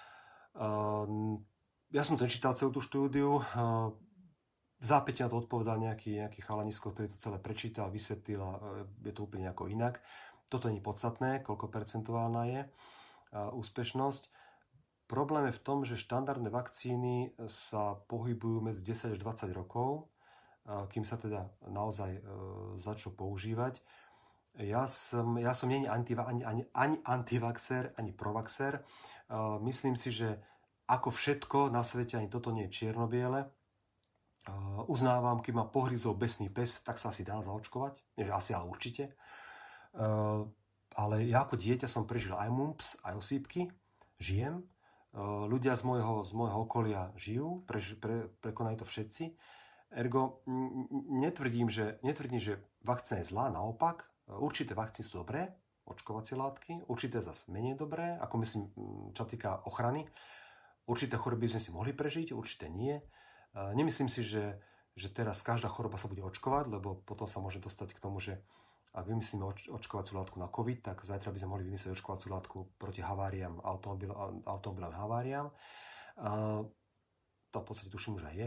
Ja som to nečítal celú tú štúdiu. V zápäti na to odpovedal nejaký chalanisko, ktorý to celé prečítal, vysvetlil a je to úplne ako inak. Toto nie je podstatné, koľko percentuálna je úspešnosť. Problém je v tom, že štandardné vakcíny sa pohybujú medzi 10 až 20 rokov kým sa teda naozaj začal používať. Ja som nie ani antivaxer, ani provaxer. Myslím si, že ako všetko na svete, ani toto nie je čierno-biele. Uznávam, keď ma pohryzol besný pes, tak sa asi dá zaočkovať. Nie, že asi, ale určite. Ale ja ako dieťa som prežil aj mumps, aj osýpky. Žijem. Ľudia z môjho okolia žijú. Prekonajú to všetci. Ergo, netvrdím, že vakcína je zlá, naopak. Určité vakcíny sú dobré, očkovacie látky, určité zase menej dobré, ako myslím, čo týka ochrany. Určité choroby sme si mohli prežiť, určité nie. Nemyslím si, že teraz každá choroba sa bude očkovať, lebo potom sa môže dostať k tomu, že ak vymyslíme očkovaciu látku na COVID, tak zajtra by sme mohli vymyslieť očkovaciu látku proti haváriám, automobilovým haváriám. To v podstate tuším už aj je.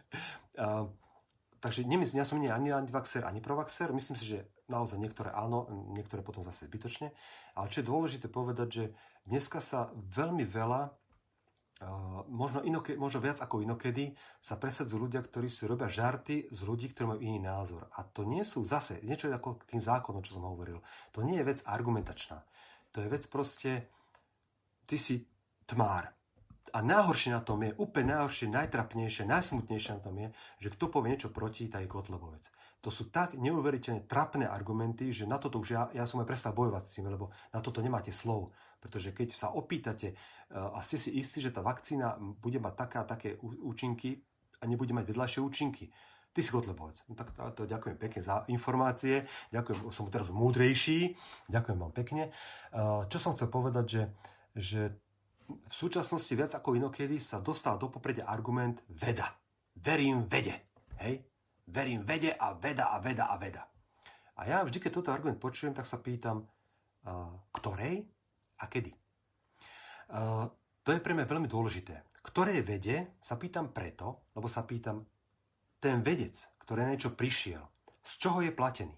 Takže ja som nie ani antivaxer, ani provaxer. Myslím si, že naozaj niektoré áno, niektoré potom zase zbytočne. Ale čo je dôležité povedať, že dneska sa veľmi veľa, možno viac ako inokedy, sa presadzujú ľudia, ktorí si robia žarty z ľudí, ktorí majú iný názor. A to nie sú zase, niečo je ako tým zákonom, čo som hovoril. To nie je vec argumentačná. To je vec proste, ty si tmár. A najhoršie na tom je, úplne najhoršie, najtrapnejšie, najsmutnejšie na tom je, že kto povie niečo proti, tá je Kotlebovec. To sú tak neuveriteľne trapné argumenty, že na toto už ja som aj prestal bojovať s tým, lebo na toto nemáte slov. Pretože keď sa opýtate a ste si istí, že tá vakcína bude mať také účinky a nebude mať vedľajšie účinky. Ty si Kotlebovec. No tak to ďakujem pekne za informácie. Ďakujem, som teraz múdrejší. Ďakujem vám pekne. Čo som chcel povedať, že v súčasnosti viac ako inokedy sa dostal do popredia argument veda. Verím vede. Hej? Verím vede a veda a veda a veda. A ja vždy, keď toto argument počujem, tak sa pýtam, ktorej a kedy. To je pre mňa veľmi dôležité. Ktorej vede sa pýtam preto, lebo sa pýtam, ten vedec, ktorý niečo prišiel, z čoho je platený.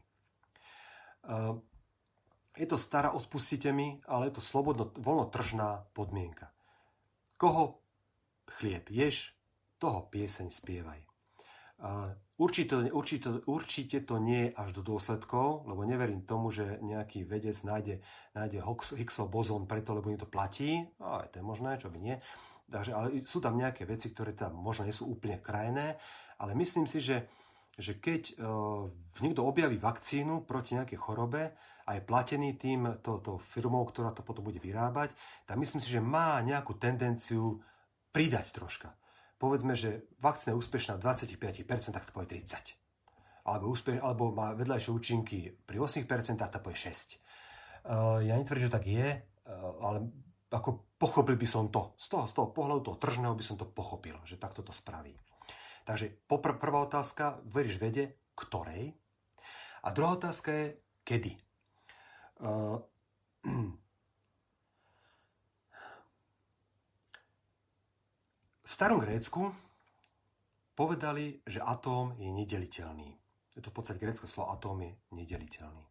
Je to stará, odpustite mi, ale je to voľnotržná podmienka. Koho chlieb ješ, toho pieseň spievaj. Určite to nie je až do dôsledkov, lebo neverím tomu, že nejaký vedec nájde Higgsov bozón preto, lebo im to platí. To je možné, čo by nie. Takže, ale sú tam nejaké veci, ktoré tam možno nie sú úplne krajné, ale myslím si, že keď niekto objaví vakcínu proti nejakej chorobe a je platený tou firmou, ktorá to potom bude vyrábať, tak myslím si, že má nejakú tendenciu pridať troška. Povedzme, že vakcína je úspešná v 25%, tak to povie 30%. Alebo má vedľajšie účinky pri 8%, tak to povie 6%. Ja netvrdím, že tak je, ale ako pochopil by som to. Z toho pohľadu toho tržného by som to pochopil, že takto to spraví. Takže prvá otázka, veríš vede, ktorej? A druhá otázka je, kedy? V starom Grécku povedali, že atóm je nedeliteľný. Je to v podstate grécke slovo atóm je nedeliteľný.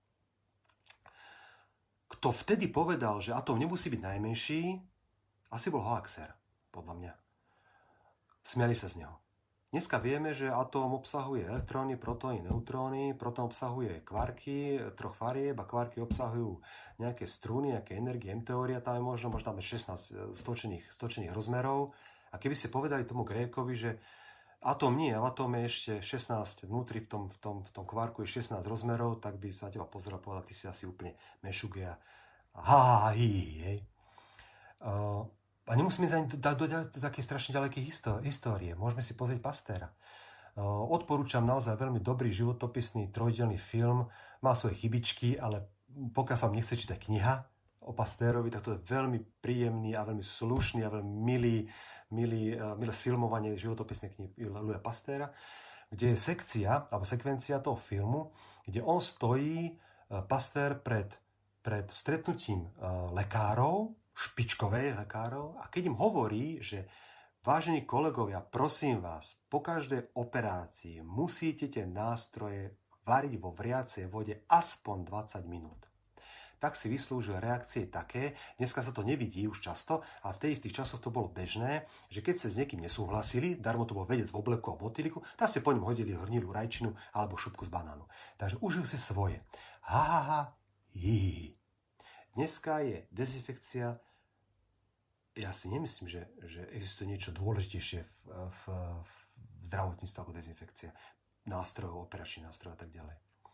Kto vtedy povedal, že atóm nemusí byť najmenší, asi bol Hoaxer, podľa mňa. Smiali sa z neho. Dneska vieme, že atóm obsahuje elektróny, protóny, neutróny, protón obsahuje kvarky, troch farieb a kvarky obsahujú nejaké struny, nejaké energie, M-teória, tam je možno tam 16 stočených rozmerov. A keby ste povedali tomu Grékovi, že atóm nie, a v atóme je ešte 16 vnútri, v tom kvarku je 16 rozmerov, tak by sa na teba pozeral a povedal, ty si asi úplne mešuge a hej. A nemusíme sa dať do takej strašne ďalekej histórie. Môžeme si pozrieť Pastéra. Odporúčam naozaj veľmi dobrý životopisný trojdielny film. Má svoje chybičky, ale pokiaľ sa vám nechce čítať kniha o Pastérovi, tak to je veľmi príjemný a veľmi slušný a veľmi milé sfilmovanie životopisnej knihy Louisa Pastéra, kde je sekvencia toho filmu, kde on stojí, Pastér, pred stretnutím lekárov, špičkovej lekárov, a keď im hovorí, že vážení kolegovia, prosím vás, po každej operácii musíte tie nástroje variť vo vriacej vode aspoň 20 minút. tak si vyslúžil reakcie také, dneska sa to nevidí už často, a v tých časoch to bolo bežné, že keď ste s niekým nesúhlasili, darmo to bol vedec v obleku a motýliku, tak ste po ňom hodili hrnilú rajčinu alebo šupku z banánu. Takže užil si svoje. Ha, ha, ha, hi. Dneska je dezinfekcia. Ja si nemyslím, že existuje niečo dôležitejšie v zdravotníctve ako dezinfekcia. Nástrojov, operačných nástrojov a tak ďalej.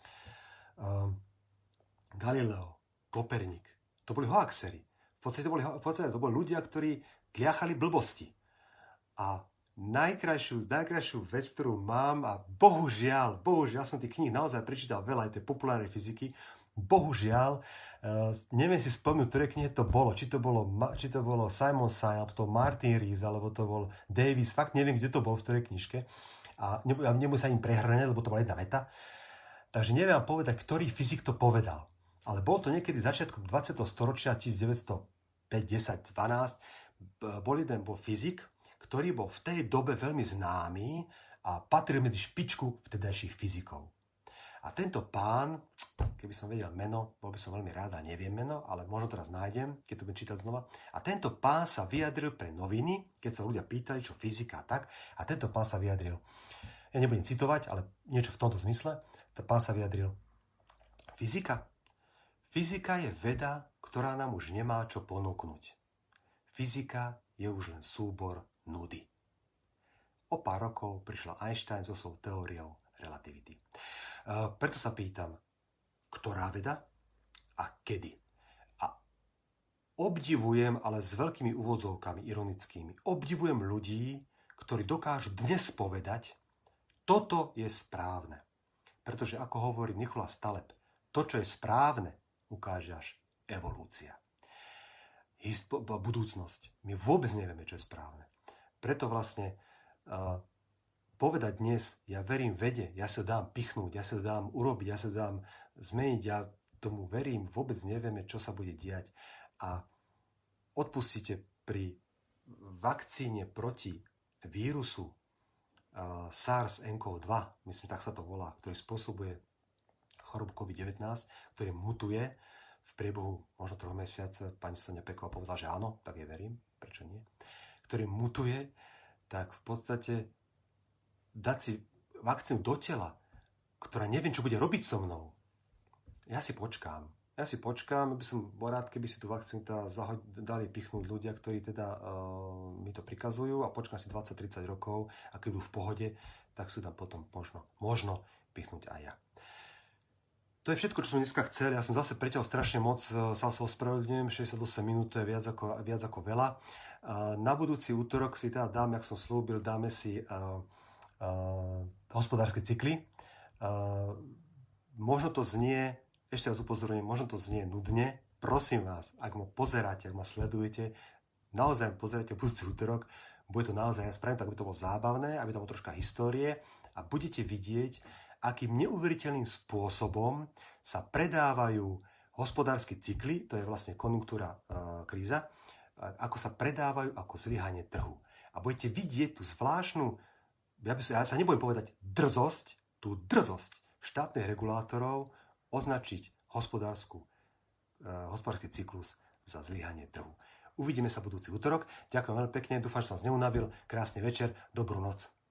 Galileo, Koperník, to boli hoaxery. V podstate to boli ľudia, ktorí tliachali blbosti. A najkrajšiu vec, ktorú mám, a bohužiaľ, som tých kníh naozaj prečítal veľa, aj tej populárnej fyziky, bohužiaľ, neviem si spomnúť, ktoré knihe to bolo, či to bolo Simon Sine, alebo to Martin Rees, alebo to bol Davis, fakt neviem, kde to bol, v ktorej knižke. A nebudem sa im prehrňať, lebo to bola jedna veta. Takže neviem povedať, ktorý fyzik to povedal. Ale bol to niekedy začiatkom 20. storočia, 1905, 10, 12. Bol fyzik, ktorý bol v tej dobe veľmi známy a patril medzi špičku vtedajších fyzikov. A tento pán, keby som vedel meno, bol by som veľmi rád, a neviem meno, ale možno teraz nájdem, keď to budem čítať znova. A tento pán sa vyjadril pre noviny, keď sa ľudia pýtali, čo fyzika a tak. A tento pán sa vyjadril. Ja nebudem citovať, ale niečo v tomto zmysle. Ten pán sa vyjadril. Fyzika je veda, ktorá nám už nemá čo ponúknuť. Fyzika je už len súbor nudy. O pár rokov prišiel Einstein so svojou teóriou relativity. Preto sa pýtam, ktorá veda a kedy? A obdivujem, ale s veľkými úvodzovkami ironickými, obdivujem ľudí, ktorí dokážu dnes povedať, toto je správne. Pretože ako hovorí Nicholas Taleb, to, čo je správne, ukáže až evolúcia. Budúcnosť. My vôbec nevieme, čo je správne. Preto vlastne povedať dnes, ja verím vede, ja sa dám pichnúť, ja sa dám urobiť, ja sa dám zmeniť, ja tomu verím, vôbec nevieme, čo sa bude diať. A odpustite, pri vakcíne proti vírusu SARS-CoV-2, myslím, tak sa to volá, ktorý spôsobuje chorobu COVID-19, ktorý mutuje v priebehu možno 3 mesiacov, pani Sonia Peková povedala, že áno, tak ja verím, prečo nie, ktorý mutuje, tak v podstate dať si vakcínu do tela, ktorá neviem, čo bude robiť so mnou, ja si počkám, by som bol rád, keby si tú vakcínu dali pichnúť ľudia, ktorí teda mi to prikazujú, a počkám si 20-30 rokov, a keď budú v pohode, tak sú tam potom možno pichnúť aj ja. To je všetko, čo som dneska chcel. Ja som zase preťahol strašne moc, sa ospravedlňujem, 68 minút, to je viac ako veľa. Na budúci útorok si teda dáme, jak som slúbil, dáme si hospodárske cykly. Možno to znie, ešte raz upozorňujem, možno to znie nudne. Prosím vás, ak ma pozeráte, ak ma sledujete, naozaj pozerajte budúci útorok, bude to naozaj, ja spravím tak, aby to bolo zábavné, aby tam bolo troška histórie, a budete vidieť, akým neuveriteľným spôsobom sa predávajú hospodárske cykly, to je vlastne konjunktúra, kríza, ako sa predávajú ako zlyhanie trhu. A budete vidieť tú zvláštnu, ja sa nebudem povedať tú drzosť štátnych regulátorov označiť hospodársky cyklus za zlyhanie trhu. Uvidíme sa budúci útorok. Ďakujem veľmi pekne, dúfam, že som vás neunavil. Krásny večer, dobrú noc.